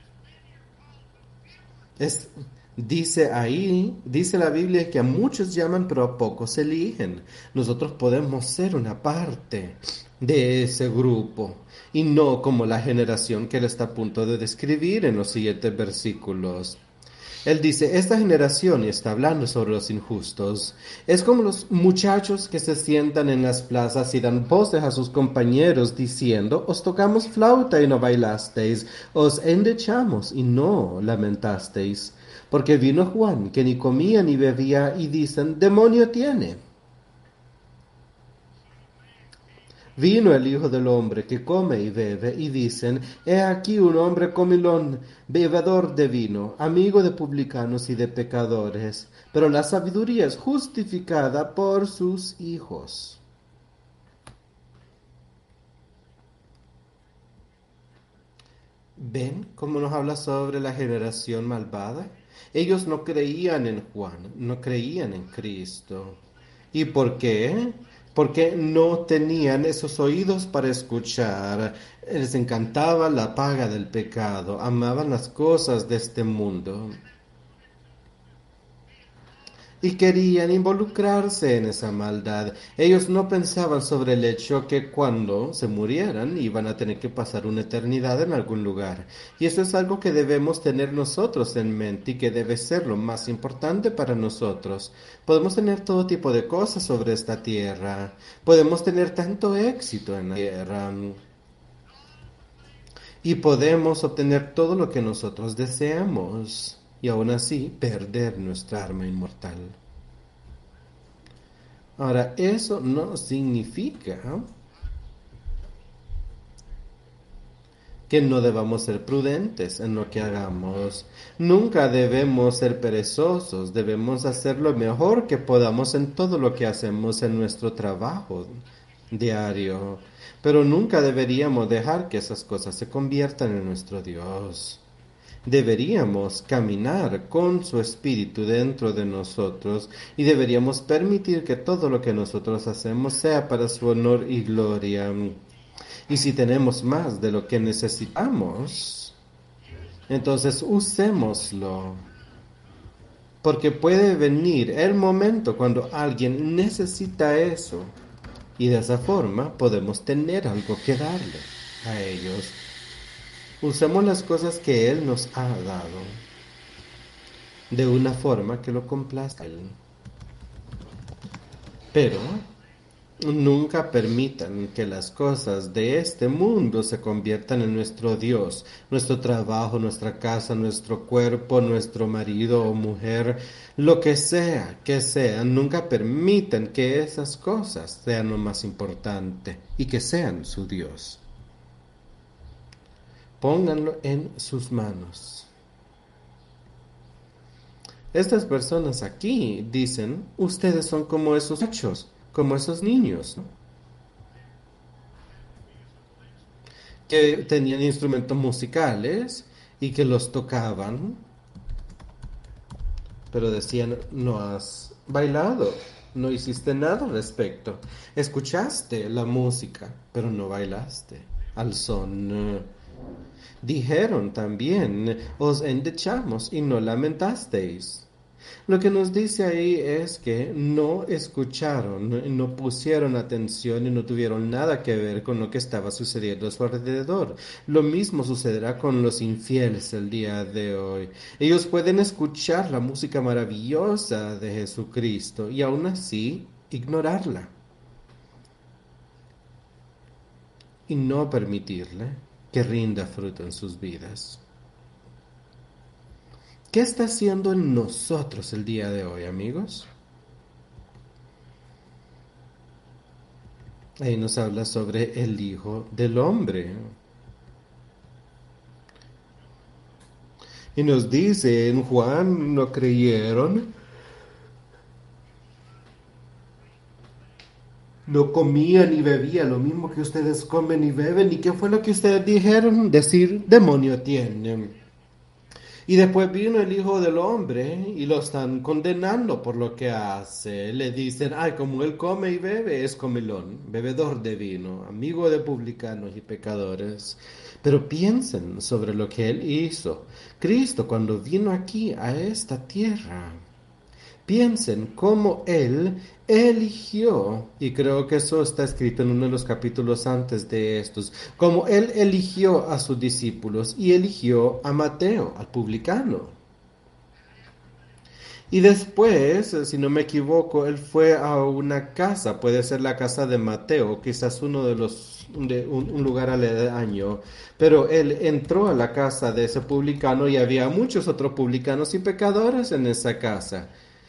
Es, dice ahí, dice la Biblia que a muchos llaman, pero a pocos eligen. Nosotros podemos ser una parte de ese grupo y no como la generación que él está a punto de describir en los siguientes versículos. Él dice, esta generación, y está hablando sobre los injustos, es como los muchachos que se sientan en las plazas y dan voces a sus compañeros diciendo, os tocamos flauta y no bailasteis, os endechamos y no lamentasteis. Porque vino Juan, que ni comía ni bebía, y dicen, demonio tiene. Vino el Hijo del Hombre que come y bebe, y dicen, he aquí un hombre comilón, bebedor de vino, amigo de publicanos y de pecadores, pero la sabiduría es justificada por sus hijos. ¿Ven cómo nos habla sobre la generación malvada? Ellos no creían en Juan, no creían en Cristo. ¿Y por qué? Porque no tenían esos oídos para escuchar. Les encantaba la paga del pecado, amaban las cosas de este mundo y querían involucrarse en esa maldad. Ellos no pensaban sobre el hecho que cuando se murieran iban a tener que pasar una eternidad en algún lugar. Y eso es algo que debemos tener nosotros en mente y que debe ser lo más importante para nosotros. Podemos tener todo tipo de cosas sobre esta tierra. Podemos tener tanto éxito en la tierra. Y podemos obtener todo lo que nosotros deseamos. Y aún así perder nuestra arma inmortal. Ahora, eso no significa que no debamos ser prudentes en lo que hagamos. Nunca debemos ser perezosos, debemos hacer lo mejor que podamos en todo lo que hacemos en nuestro trabajo diario. Pero nunca deberíamos dejar que esas cosas se conviertan en nuestro Dios. Deberíamos caminar con su espíritu dentro de nosotros y deberíamos permitir que todo lo que nosotros hacemos sea para su honor y gloria. Y si tenemos más de lo que necesitamos, entonces usémoslo. Porque puede venir el momento cuando alguien necesita eso y de esa forma podemos tener algo que darle a ellos. Usemos las cosas que Él nos ha dado de una forma que lo complazca a Él. Pero nunca permitan que las cosas de este mundo se conviertan en nuestro Dios, nuestro trabajo, nuestra casa, nuestro cuerpo, nuestro marido o mujer, lo que sea que sea. Nunca permitan que esas cosas sean lo más importante y que sean su Dios. Pónganlo en sus manos. Estas personas aquí dicen, ustedes son como esos hechos, como esos niños, ¿no? que tenían instrumentos musicales y que los tocaban, pero decían, no has bailado, no hiciste nada al respecto. Escuchaste la música, pero no bailaste al son. Dijeron también, os endechamos y no lamentasteis. Lo que nos dice ahí es que no escucharon, no pusieron atención y no tuvieron nada que ver con lo que estaba sucediendo a su alrededor. Lo mismo sucederá con los infieles el día de hoy. Ellos pueden escuchar la música maravillosa de Jesucristo y aún así ignorarla y no permitirle que rinda fruto en sus vidas. ¿Qué está haciendo en nosotros el día de hoy, amigos? Ahí nos habla sobre el Hijo del Hombre. Y nos dice en Juan, no creyeron, no comía ni bebía lo mismo que ustedes comen y beben. ¿Y qué fue lo que ustedes dijeron? Decir, demonio tiene. Y después vino el Hijo del Hombre y lo están condenando por lo que hace. Le dicen, ay, como él come y bebe, es comilón, bebedor de vino, amigo de publicanos y pecadores. Pero piensen sobre lo que él hizo. Cristo cuando vino aquí a esta tierra, piensen cómo Él eligió, y creo que eso está escrito en uno de los capítulos antes de estos, cómo Él eligió a sus discípulos y eligió a Mateo, al publicano. Y después, si no me equivoco, Él fue a una casa, puede ser la casa de Mateo, quizás uno de los, de un, un lugar aledaño, pero Él entró a la casa de ese publicano y había muchos otros publicanos y pecadores en esa casa.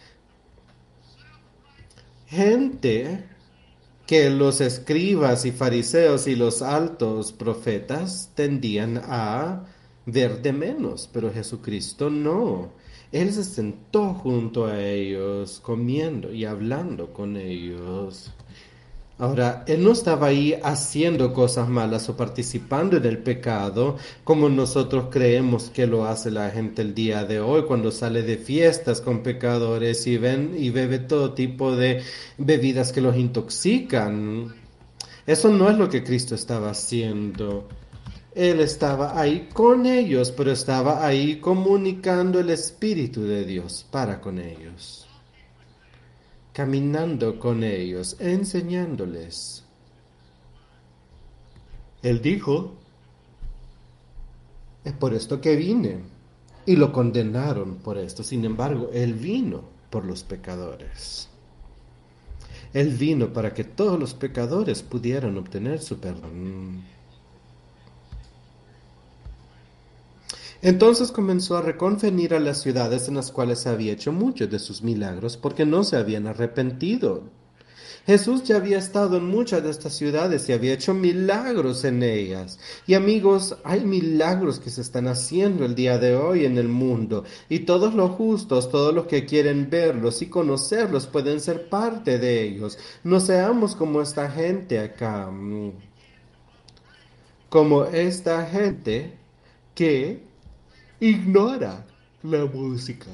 Gente que los escribas y fariseos y los altos profetas tendían a ver de menos, pero Jesucristo no. Él se sentó junto a ellos, comiendo y hablando con ellos. Ahora, él no estaba ahí haciendo cosas malas o participando en el pecado como nosotros creemos que lo hace la gente el día de hoy cuando sale de fiestas con pecadores y ven y bebe todo tipo de bebidas que los intoxican. Eso no es lo que Cristo estaba haciendo. Él estaba ahí con ellos, pero estaba ahí comunicando el Espíritu de Dios para con ellos, caminando con ellos, enseñándoles. Él dijo, es por esto que vine. Y lo condenaron por esto. Sin embargo, Él vino por los pecadores. Él vino para que todos los pecadores pudieran obtener su perdón. Entonces comenzó a reconvenir a las ciudades en las cuales había hecho muchos de sus milagros, porque no se habían arrepentido. Jesús ya había estado en muchas de estas ciudades y había hecho milagros en ellas. Y amigos, hay milagros que se están haciendo el día de hoy en el mundo. Y todos los justos, todos los que quieren verlos y conocerlos, pueden ser parte de ellos. No seamos como esta gente acá. Como esta gente que ignora la música.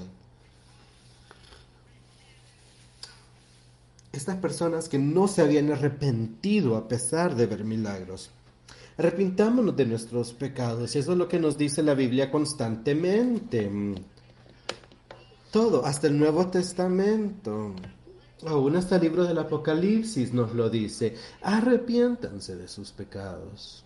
Estas personas que no se habían arrepentido a pesar de ver milagros. Arrepintámonos de nuestros pecados, y eso es lo que nos dice la Biblia constantemente. Todo, hasta el Nuevo Testamento. Aún hasta el libro del Apocalipsis nos lo dice. Arrepiéntanse de sus pecados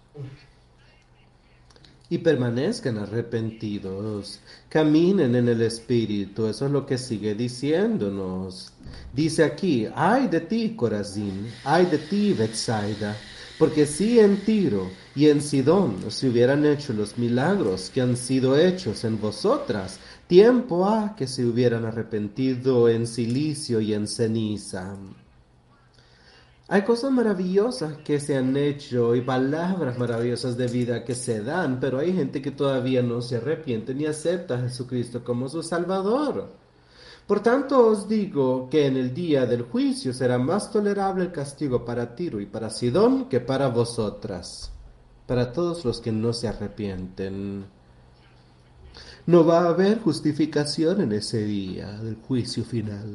y permanezcan arrepentidos, caminen en el Espíritu. Eso es lo que sigue diciéndonos. Dice aquí, ay de ti, Corazín, ay de ti, Betsaida, porque si en Tiro y en Sidón se hubieran hecho los milagros que han sido hechos en vosotras, tiempo ha que se hubieran arrepentido en silicio y en ceniza. Hay cosas maravillosas que se han hecho y palabras maravillosas de vida que se dan, pero hay gente que todavía no se arrepiente ni acepta a Jesucristo como su Salvador. Por tanto os digo que en el día del juicio será más tolerable el castigo para Tiro y para Sidón que para vosotras. para todos los que no se arrepienten. No va a haber justificación en ese día del juicio final.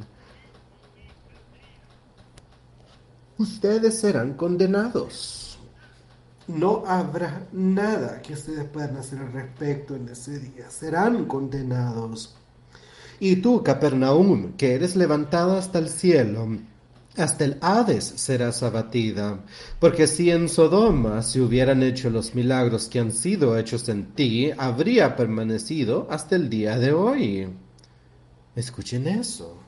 Ustedes serán condenados. No habrá nada que ustedes puedan hacer al respecto en ese día. Serán condenados. Y tú, Capernaum, que eres levantado hasta el cielo, hasta el Hades serás abatida. Porque si en Sodoma se hubieran hecho los milagros que han sido hechos en ti, habría permanecido hasta el día de hoy. Escuchen eso.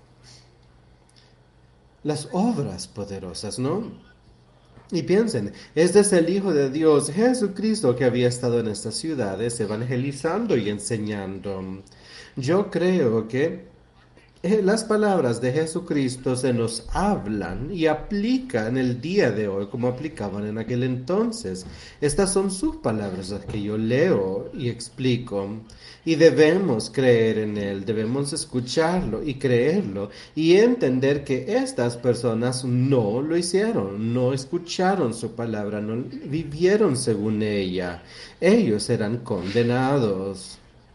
Las obras poderosas, ¿no? Y piensen, este es el Hijo de Dios, Jesucristo, que había estado en estas ciudades evangelizando y enseñando. Yo creo que eh, las palabras de Jesucristo se nos hablan y aplican el día de hoy como aplicaban en aquel entonces. Estas son sus palabras las que yo leo y explico. Y debemos creer en Él, debemos escucharlo y creerlo y entender que estas personas no lo hicieron, no escucharon su palabra, no vivieron según ella. Ellos eran condenados.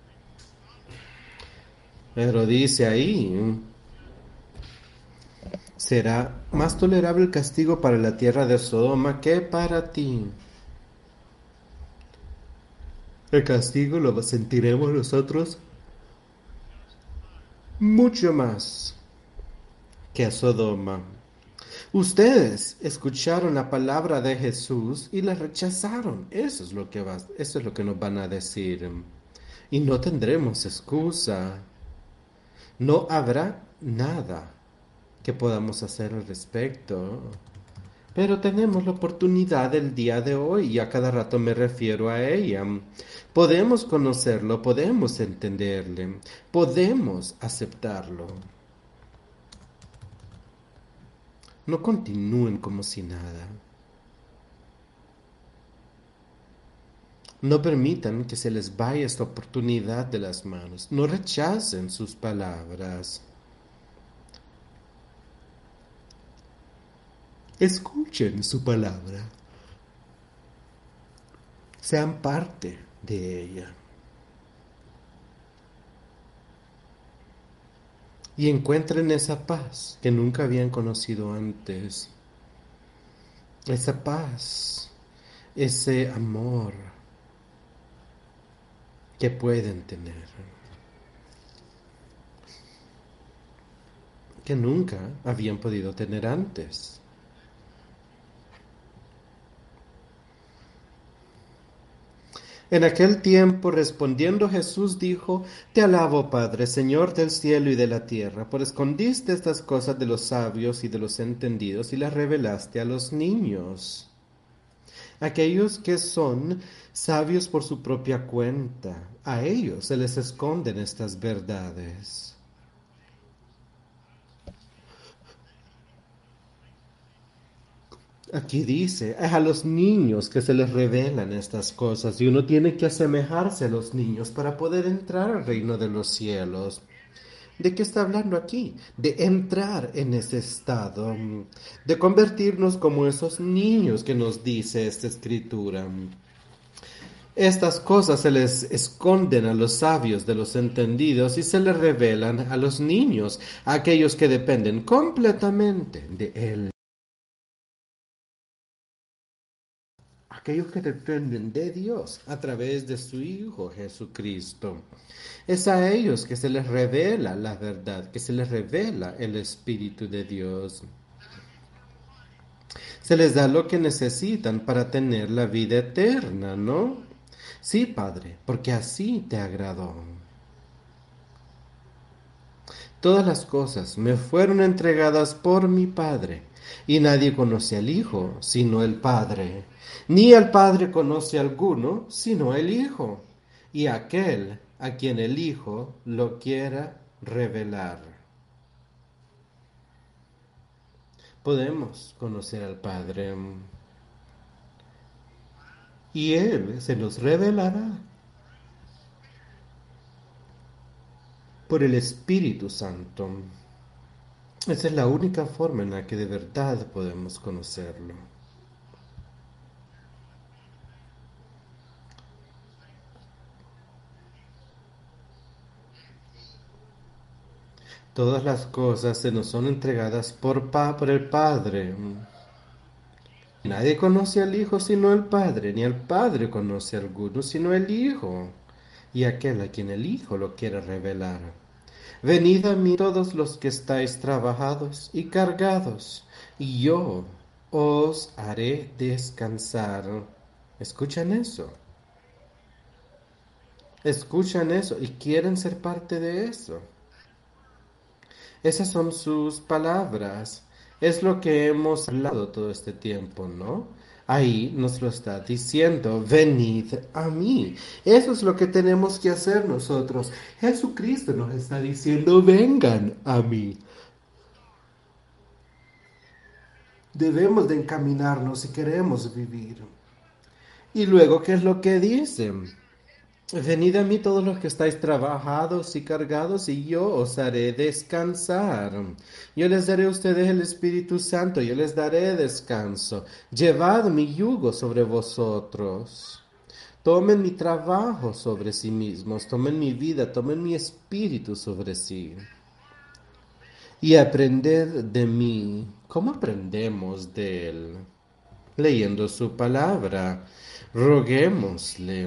Pero dice ahí, será más tolerable el castigo para la tierra de Sodoma que para ti. El castigo lo sentiremos nosotros mucho más que a Sodoma. Ustedes escucharon la palabra de Jesús y la rechazaron. Eso es lo que va, eso es lo que nos van a decir. Y no tendremos excusa. No habrá nada que podamos hacer al respecto. Pero tenemos la oportunidad el día de hoy y a cada rato me refiero a ella. Podemos conocerlo, podemos entenderle, podemos aceptarlo. No continúen como si nada. No permitan que se les vaya esta oportunidad de las manos. No rechacen sus palabras. Escuchen su palabra. Sean parte de ella. Y encuentren esa paz que nunca habían conocido antes. Esa paz, ese amor que pueden tener. Que nunca habían podido tener antes. En aquel tiempo, respondiendo Jesús dijo: Te alabo, Padre, Señor del cielo y de la tierra, por escondiste estas cosas de los sabios y de los entendidos y las revelaste a los niños. Aquellos que son sabios por su propia cuenta, a ellos se les esconden estas verdades. Aquí dice, es a los niños que se les revelan estas cosas y uno tiene que asemejarse a los niños para poder entrar al reino de los cielos. ¿De qué está hablando aquí? De entrar en ese estado, de convertirnos como esos niños que nos dice esta escritura. Estas cosas se les esconden a los sabios de los entendidos y se les revelan a los niños, a aquellos que dependen completamente de Él. Aquellos que dependen de Dios a través de su Hijo Jesucristo. Es a ellos que se les revela la verdad, que se les revela el Espíritu de Dios. Se les da lo que necesitan para tener la vida eterna, ¿no? Sí, Padre, porque así te agradó. Todas las cosas me fueron entregadas por mi Padre, y nadie conoce al Hijo sino el Padre, ni al Padre conoce alguno sino el Hijo, y aquel a quien el Hijo lo quiera revelar. Podemos conocer al Padre, y Él se nos revelará por el Espíritu Santo. Esa es la única forma en la que de verdad podemos conocerlo. Todas las cosas se nos son entregadas por, pa por el Padre. Nadie conoce al Hijo sino el Padre, ni el Padre conoce a alguno sino el Hijo, y aquel a quien el Hijo lo quiere revelar. Venid a mí todos los que estáis trabajados y cargados, y yo os haré descansar. ¿Escuchan eso? ¿Escuchan eso y quieren ser parte de eso? Esas son sus palabras. Es lo que hemos hablado todo este tiempo, ¿no? Ahí nos lo está diciendo, venid a mí. Eso es lo que tenemos que hacer nosotros. Jesucristo nos está diciendo, vengan a mí. Debemos de encaminarnos si queremos vivir. Y luego, ¿qué es lo que dice? Venid a mí todos los que estáis trabajados y cargados, y yo os haré descansar. Yo les daré a ustedes el Espíritu Santo, yo les daré descanso. Llevad mi yugo sobre vosotros. Tomen mi trabajo sobre sí mismos, tomen mi vida, tomen mi espíritu sobre sí. Y aprended de mí. ¿Cómo aprendemos de él? Leyendo su palabra. Roguémosle.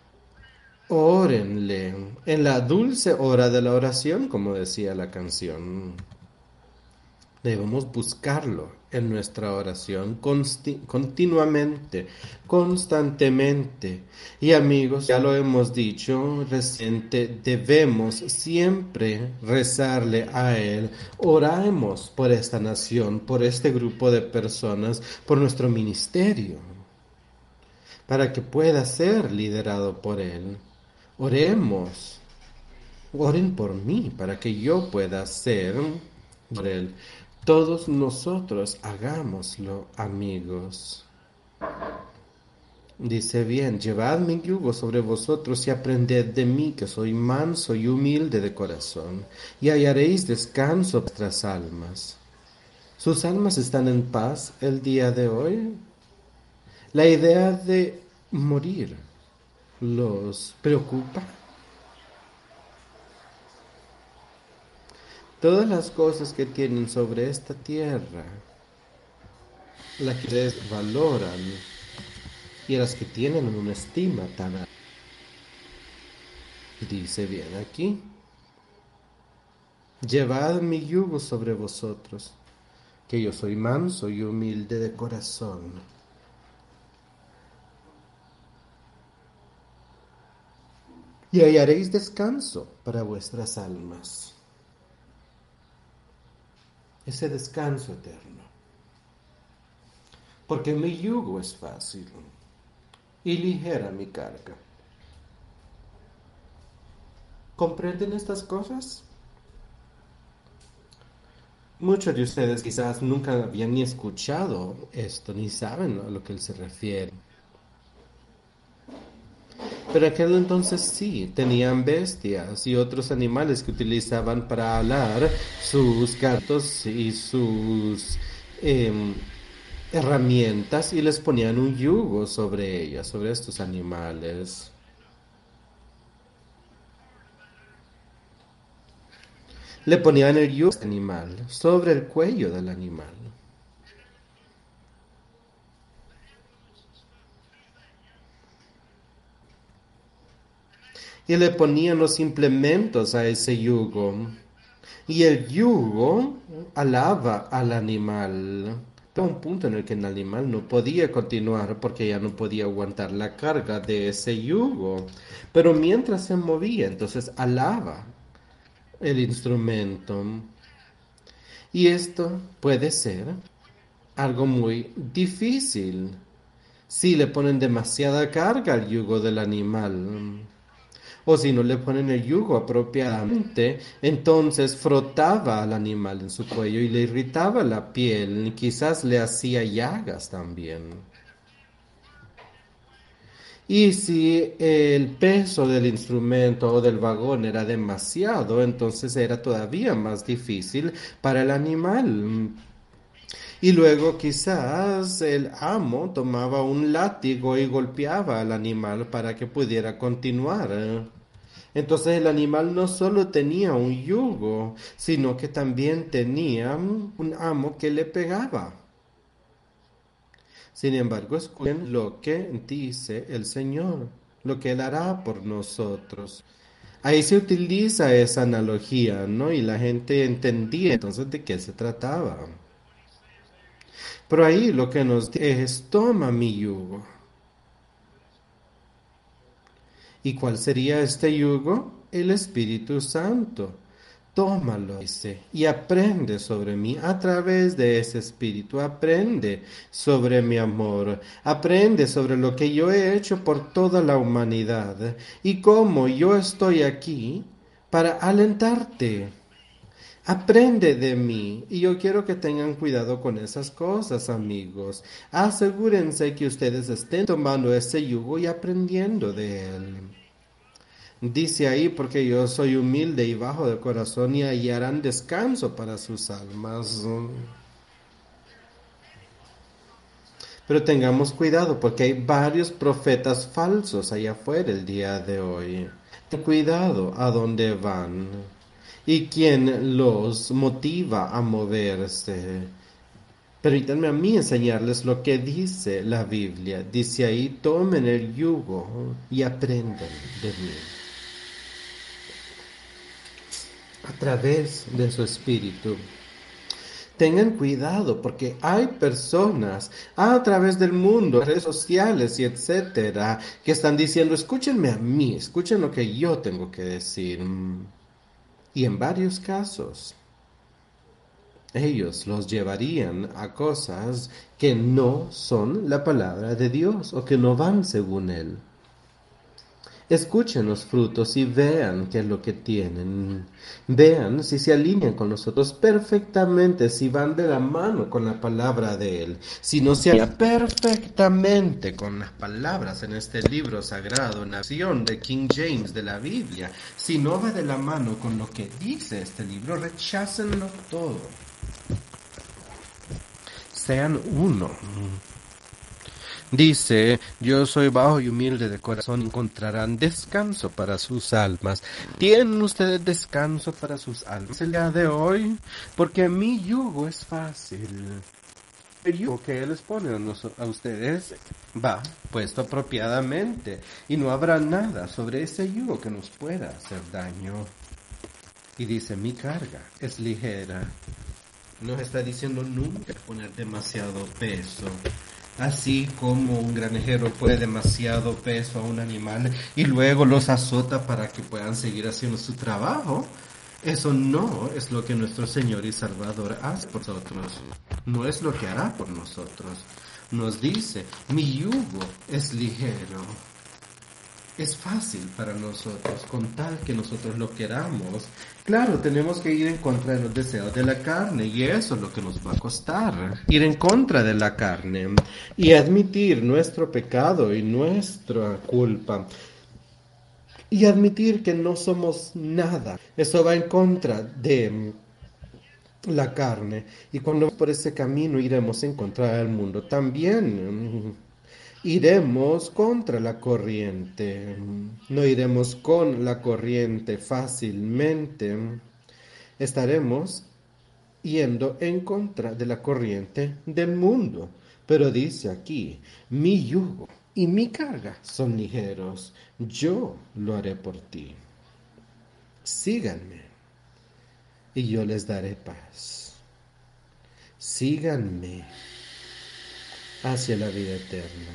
Órenle en la dulce hora de la oración, como decía la canción. Debemos buscarlo en nuestra oración continuamente, constantemente. Y amigos, ya lo hemos dicho reciente, debemos siempre rezarle a Él. Oremos por esta nación, por este grupo de personas, por nuestro ministerio, para que pueda ser liderado por Él. Oremos, oren por mí para que yo pueda ser por Él. Todos nosotros hagámoslo, amigos. Dice bien, llevad mi yugo sobre vosotros y aprended de mí, que soy manso y humilde de corazón, y hallaréis descanso a vuestras almas. ¿Sus almas están en paz el día de hoy? La idea de morir los preocupa. Todas las cosas que tienen sobre esta tierra, las que ustedes valoran y las que tienen una estima tan alta. Dice bien aquí, llevad mi yugo sobre vosotros, que yo soy manso y humilde de corazón. Y hallaréis descanso para vuestras almas. Ese descanso eterno. Porque mi yugo es fácil y ligera mi carga. ¿Comprenden estas cosas? Muchos de ustedes quizás nunca habían ni escuchado esto, ni saben a lo que él se refiere. Pero en aquel entonces sí, tenían bestias y otros animales que utilizaban para alar sus gatos y sus eh, herramientas, y les ponían un yugo sobre ellas, sobre estos animales. Le ponían el yugo al animal sobre el cuello del animal. Y le ponían los implementos a ese yugo. Y el yugo alaba al animal. Pero un punto en el que el animal no podía continuar porque ya no podía aguantar la carga de ese yugo. Pero mientras se movía, entonces alaba el instrumento. Y esto puede ser algo muy difícil si le ponen demasiada carga al yugo del animal. O si no le ponen el yugo apropiadamente, entonces frotaba al animal en su cuello y le irritaba la piel, y quizás le hacía llagas también. Y si el peso del instrumento o del vagón era demasiado, entonces era todavía más difícil para el animal. Y luego quizás el amo tomaba un látigo y golpeaba al animal para que pudiera continuar. Entonces el animal no solo tenía un yugo, sino que también tenía un amo que le pegaba. Sin embargo, escuchen lo que dice el Señor, lo que Él hará por nosotros. Ahí se utiliza esa analogía, ¿no? Y la gente entendía entonces de qué se trataba. Pero ahí lo que nos dice es, toma mi yugo. ¿Y cuál sería este yugo? El Espíritu Santo. Tómalo, dice, y aprende sobre mí a través de ese espíritu. Aprende sobre mi amor. Aprende sobre lo que yo he hecho por toda la humanidad y cómo yo estoy aquí para alentarte. Aprende de mí. Y yo quiero que tengan cuidado con esas cosas, amigos. Asegúrense que ustedes estén tomando ese yugo y aprendiendo de él. Dice ahí, porque yo soy humilde y bajo de corazón y hallarán descanso para sus almas. Pero tengamos cuidado porque hay varios profetas falsos allá afuera el día de hoy. Ten cuidado a dónde van y quién los motiva a moverse. Permítanme a mí enseñarles lo que dice la Biblia. Dice ahí, tomen el yugo y aprendan de mí. A través de su espíritu. Tengan cuidado porque hay personas a través del mundo, redes sociales y etcétera, que están diciendo, escúchenme a mí, escuchen lo que yo tengo que decir. Y en varios casos, ellos los llevarían a cosas que no son la palabra de Dios o que no van según Él. Escuchen los frutos y vean qué es lo que tienen. Vean si se alinean con nosotros perfectamente, si van de la mano con la palabra de Él. Si no se alinean perfectamente con las palabras en este libro sagrado, Nación de King James de la Biblia, si no va de la mano con lo que dice este libro, rechácenlo todo. Sean uno. Dice, yo soy bajo y humilde de corazón, encontrarán descanso para sus almas. ¿Tienen ustedes descanso para sus almas el día de hoy? Porque mi yugo es fácil. El yugo que Él les pone a, nos, a ustedes va puesto apropiadamente y no habrá nada sobre ese yugo que nos pueda hacer daño. Y dice, mi carga es ligera. Nos está diciendo nunca poner demasiado peso. Así como un granjero pone demasiado peso a un animal y luego los azota para que puedan seguir haciendo su trabajo, eso no es lo que nuestro Señor y Salvador hace por nosotros. No es lo que hará por nosotros. Nos dice, mi yugo es ligero. Es fácil para nosotros, con tal que nosotros lo queramos. Claro, tenemos que ir en contra de los deseos de la carne, y eso es lo que nos va a costar. Ir en contra de la carne y admitir nuestro pecado y nuestra culpa. Y admitir que no somos nada. Eso va en contra de la carne. Y cuando vamos por ese camino iremos en contra del mundo también. Iremos contra la corriente, no iremos con la corriente fácilmente, estaremos yendo en contra de la corriente del mundo. Pero dice aquí, mi yugo y mi carga son ligeros, yo lo haré por ti. Síganme y yo les daré paz. Síganme hacia la vida eterna.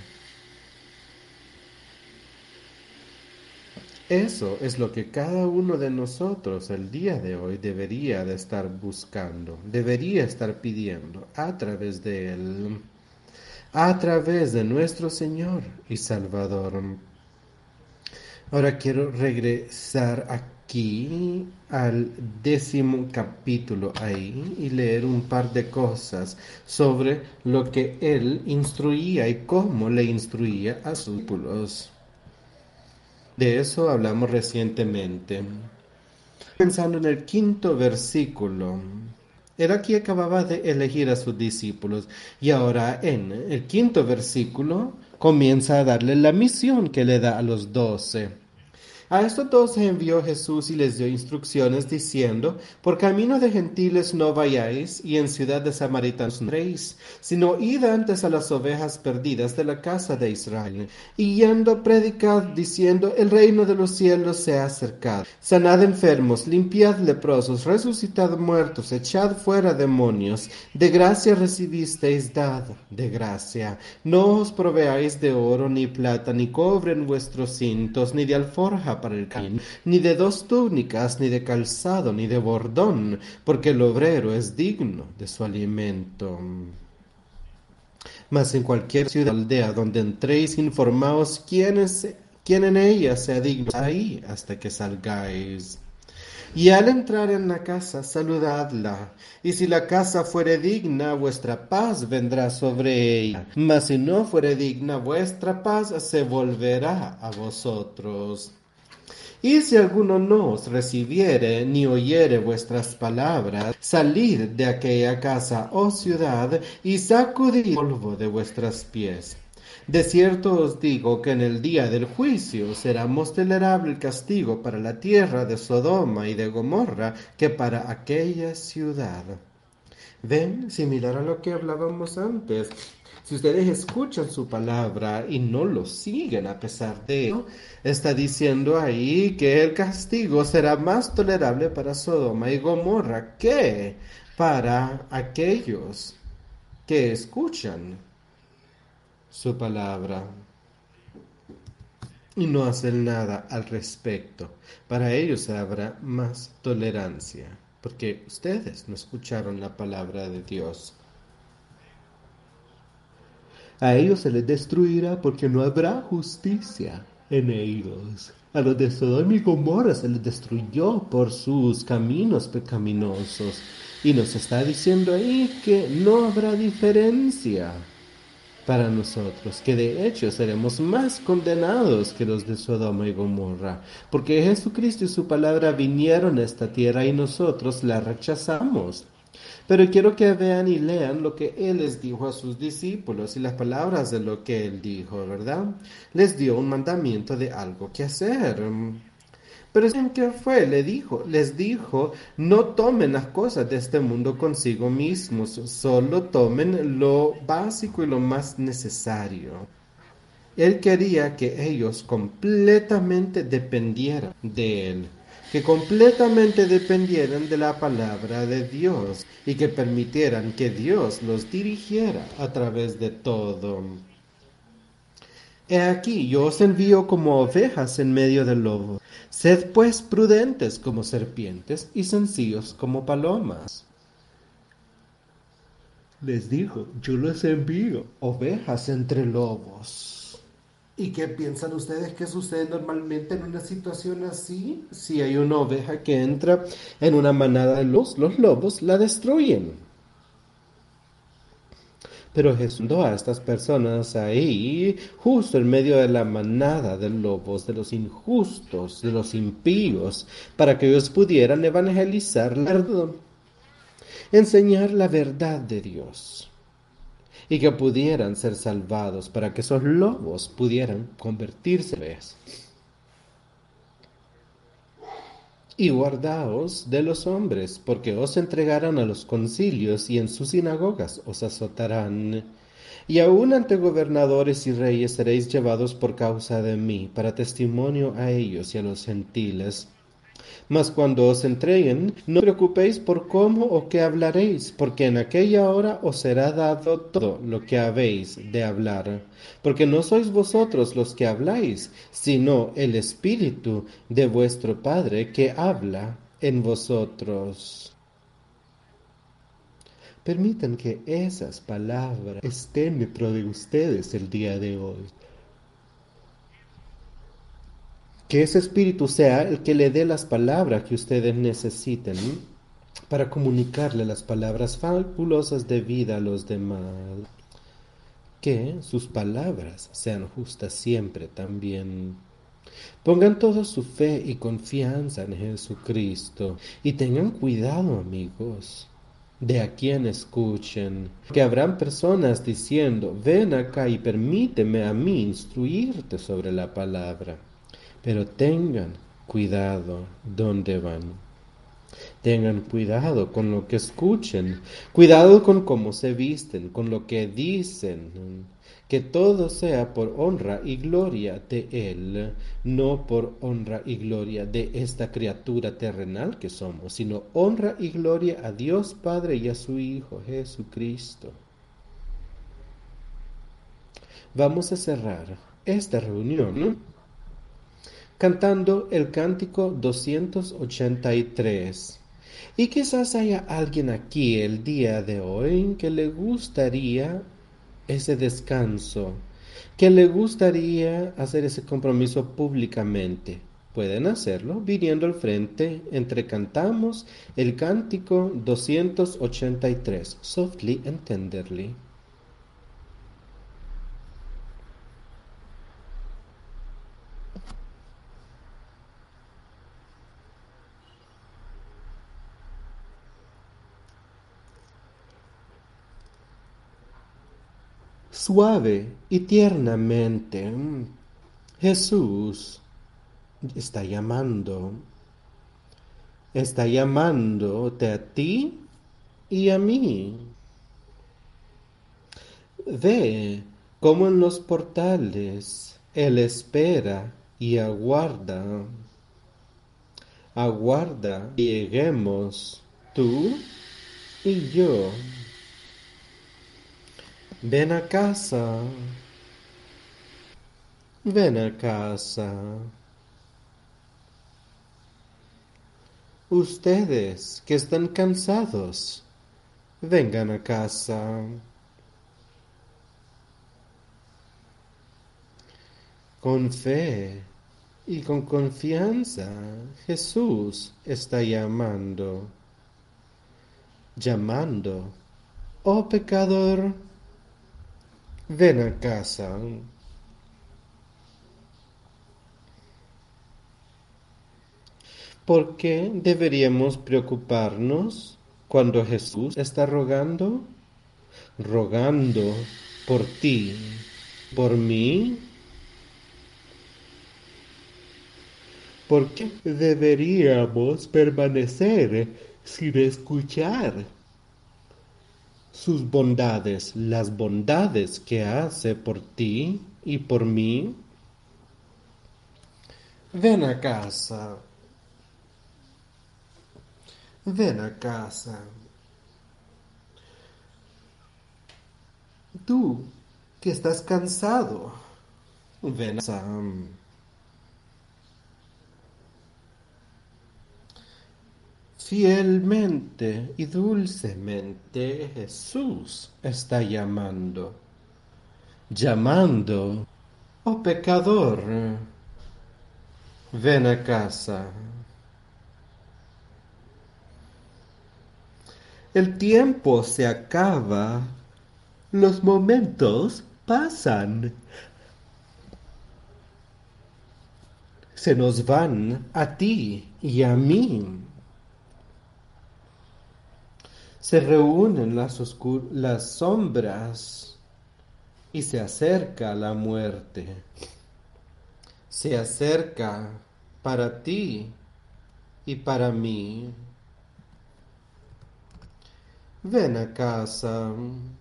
Eso es lo que cada uno de nosotros el día de hoy debería de estar buscando, debería estar pidiendo a través de Él, a través de nuestro Señor y Salvador. Ahora quiero regresar aquí al décimo capítulo ahí y leer un par de cosas sobre lo que Él instruía y cómo le instruía a sus discípulos. De eso hablamos recientemente. Pensando en el quinto versículo, él aquí acababa de elegir a sus discípulos y ahora en el quinto versículo comienza a darle la misión que le da a los doce. A estos dos envió Jesús y les dio instrucciones diciendo, por camino de gentiles no vayáis, y en ciudad de samaritanos no entréis, sino id antes a las ovejas perdidas de la casa de Israel. Y yendo predicad diciendo, el reino de los cielos se ha acercado. Sanad enfermos, limpiad leprosos, resucitad muertos, echad fuera demonios. De gracia recibisteis, dad de gracia. No os proveáis de oro, ni plata, ni cobre en vuestros cintos, ni de alforja para el camino, ni de dos túnicas, ni de calzado, ni de bordón, porque el obrero es digno de su alimento. Mas en cualquier ciudad o aldea donde entréis, informaos quién, es, quién en ella sea digno ahí hasta que salgáis. Y al entrar en la casa, saludadla. Y si la casa fuere digna, vuestra paz vendrá sobre ella. Mas si no fuere digna, vuestra paz se volverá a vosotros. Y si alguno no os recibiere, ni oyere vuestras palabras, salid de aquella casa, oh ciudad, y sacudid el polvo de vuestros pies. De cierto os digo que en el día del juicio será más tolerable el castigo para la tierra de Sodoma y de Gomorra que para aquella ciudad. ¿Ven? Similar a lo que hablábamos antes. Si ustedes escuchan su palabra y no lo siguen a pesar de ello, está diciendo ahí que el castigo será más tolerable para Sodoma y Gomorra que para aquellos que escuchan su palabra y no hacen nada al respecto. Para ellos habrá más tolerancia, porque ustedes no escucharon la palabra de Dios. A ellos se les destruirá porque no habrá justicia en ellos. A los de Sodoma y Gomorra se les destruyó por sus caminos pecaminosos. Y nos está diciendo ahí que no habrá diferencia para nosotros, que de hecho seremos más condenados que los de Sodoma y Gomorra, porque Jesucristo y su palabra vinieron a esta tierra y nosotros la rechazamos. Pero quiero que vean y lean lo que Él les dijo a sus discípulos y las palabras de lo que Él dijo, ¿verdad? Les dio un mandamiento de algo que hacer. Pero ¿saben qué fue? Le dijo, les dijo, no tomen las cosas de este mundo consigo mismos, solo tomen lo básico y lo más necesario. Él quería que ellos completamente dependieran de Él, que completamente dependieran de la palabra de Dios y que permitieran que Dios los dirigiera a través de todo. He aquí, yo os envío como ovejas en medio del lobo. Sed pues prudentes como serpientes y sencillos como palomas. Les dijo, yo los envío ovejas entre lobos. ¿Y qué piensan ustedes que sucede normalmente en una situación así? Si hay una oveja que entra en una manada de lobos, los lobos la destruyen. Pero Jesús mandó a estas personas ahí, justo en medio de la manada de lobos, de los injustos, de los impíos, para que ellos pudieran evangelizar la verdad, enseñar la verdad de Dios, y que pudieran ser salvados, para que esos lobos pudieran convertirse en ovejas. Y guardaos de los hombres, porque os entregarán a los concilios y en sus sinagogas os azotarán. Y aun ante gobernadores y reyes seréis llevados por causa de mí, para testimonio a ellos y a los gentiles. Mas cuando os entreguen, no os preocupéis por cómo o qué hablaréis, porque en aquella hora os será dado todo lo que habéis de hablar. Porque no sois vosotros los que habláis, sino el Espíritu de vuestro Padre que habla en vosotros. Permitan que esas palabras estén dentro de ustedes el día de hoy. Que ese espíritu sea el que le dé las palabras que ustedes necesiten para comunicarle las palabras fabulosas de vida a los demás. Que sus palabras sean justas siempre también. Pongan toda su fe y confianza en Jesucristo y tengan cuidado, amigos, de a quien escuchen, que habrán personas diciendo, ven acá y permíteme a mí instruirte sobre la palabra. Pero tengan cuidado donde van. Tengan cuidado con lo que escuchen, cuidado con cómo se visten, con lo que dicen, que todo sea por honra y gloria de Él, no por honra y gloria de esta criatura terrenal que somos, sino honra y gloria a Dios Padre y a su Hijo Jesucristo. Vamos a cerrar esta reunión cantando el cántico doscientos ochenta y tres. Y quizás haya alguien aquí el día de hoy que le gustaría ese descanso, que le gustaría hacer ese compromiso públicamente. Pueden hacerlo viniendo al frente entre cantamos el cántico doscientos ochenta y tres, Softly and Tenderly. Suave y tiernamente, Jesús está llamando, está llamándote a ti y a mí. Ve cómo en los portales Él espera y aguarda, aguarda que lleguemos tú y yo. Ven a casa, ven a casa. Ustedes que están cansados, vengan a casa. Con fe y con confianza, Jesús está llamando, llamando. Oh pecador, ven a casa. ¿Por qué deberíamos preocuparnos cuando Jesús está rogando? Rogando por ti, por mí. ¿Por qué deberíamos permanecer sin escuchar sus bondades, las bondades que hace por ti y por mí? Ven a casa. Ven a casa. Tú que estás cansado, ven a casa. Fielmente y dulcemente Jesús está llamando, llamando, oh pecador, ven a casa. El tiempo se acaba, los momentos pasan, se nos van a ti y a mí. Se reúnen las, oscur- las sombras y se acerca la muerte. Se acerca para ti y para mí. Ven a casa.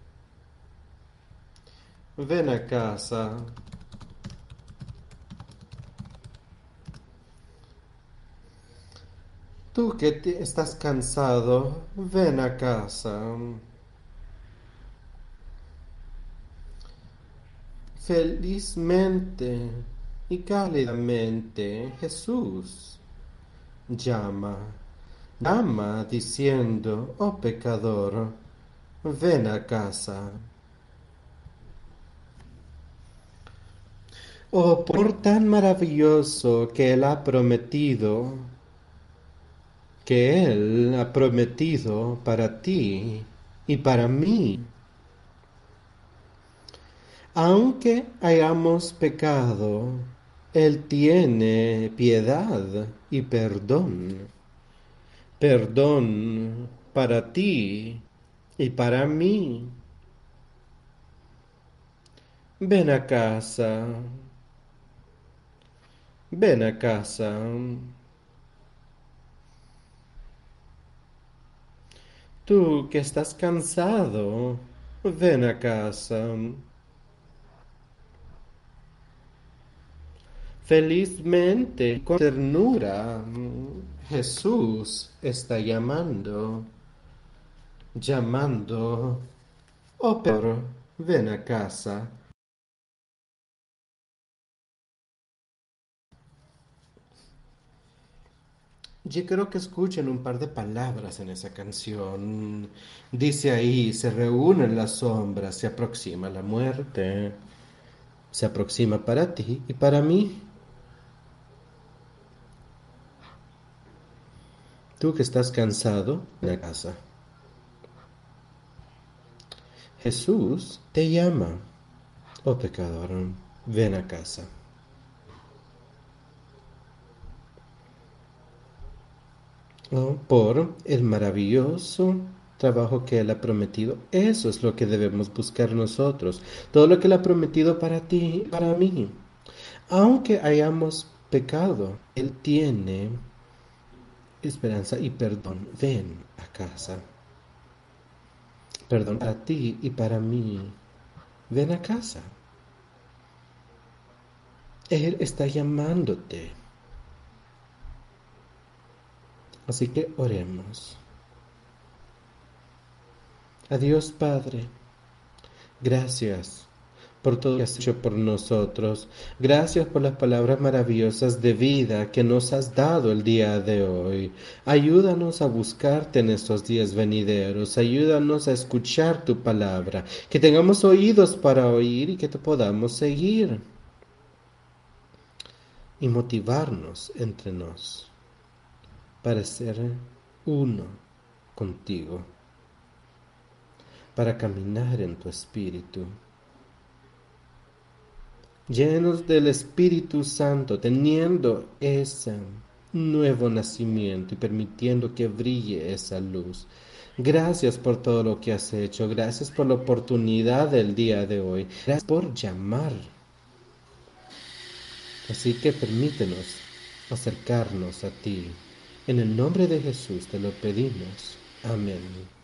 Ven a casa. Tú que te- estás cansado, ven a casa. Felizmente y cálidamente Jesús llama, llama diciendo, oh pecador, ven a casa. Oh, por tan maravilloso que Él ha prometido, que Él ha prometido para ti y para mí. Aunque hayamos pecado, Él tiene piedad y perdón. Perdón para ti y para mí. Ven a casa. ven a casa. Tú que estás cansado, ven a casa. Felizmente, con ternura, Jesús está llamando, llamando. Oh, Pedro, ven a casa. Yo creo que escuchen un par de palabras en esa canción. Dice ahí, se reúnen las sombras, se aproxima la muerte, se aproxima para ti y para mí. Tú que estás cansado, ven a casa. Jesús te llama, oh pecador, ven a casa. Oh, por el maravilloso trabajo que Él ha prometido. Eso es lo que debemos buscar nosotros. Todo lo que Él ha prometido para ti y para mí. Aunque hayamos pecado, Él tiene esperanza y perdón. Ven a casa. Perdón para ti y para mí. Ven a casa. Él está llamándote. Así que oremos. Adiós, Padre. Gracias por todo lo que has hecho por nosotros. Gracias por las palabras maravillosas de vida que nos has dado el día de hoy. Ayúdanos a buscarte en estos días venideros. Ayúdanos a escuchar tu palabra. Que tengamos oídos para oír y que te podamos seguir. Y motivarnos entre nos para ser uno contigo. Para caminar en tu espíritu. Llenos del Espíritu Santo, teniendo ese nuevo nacimiento y permitiendo que brille esa luz. Gracias por todo lo que has hecho, gracias por la oportunidad del día de hoy, gracias por llamar. Así que permítenos acercarnos a ti. En el nombre de Jesús te lo pedimos. Amén.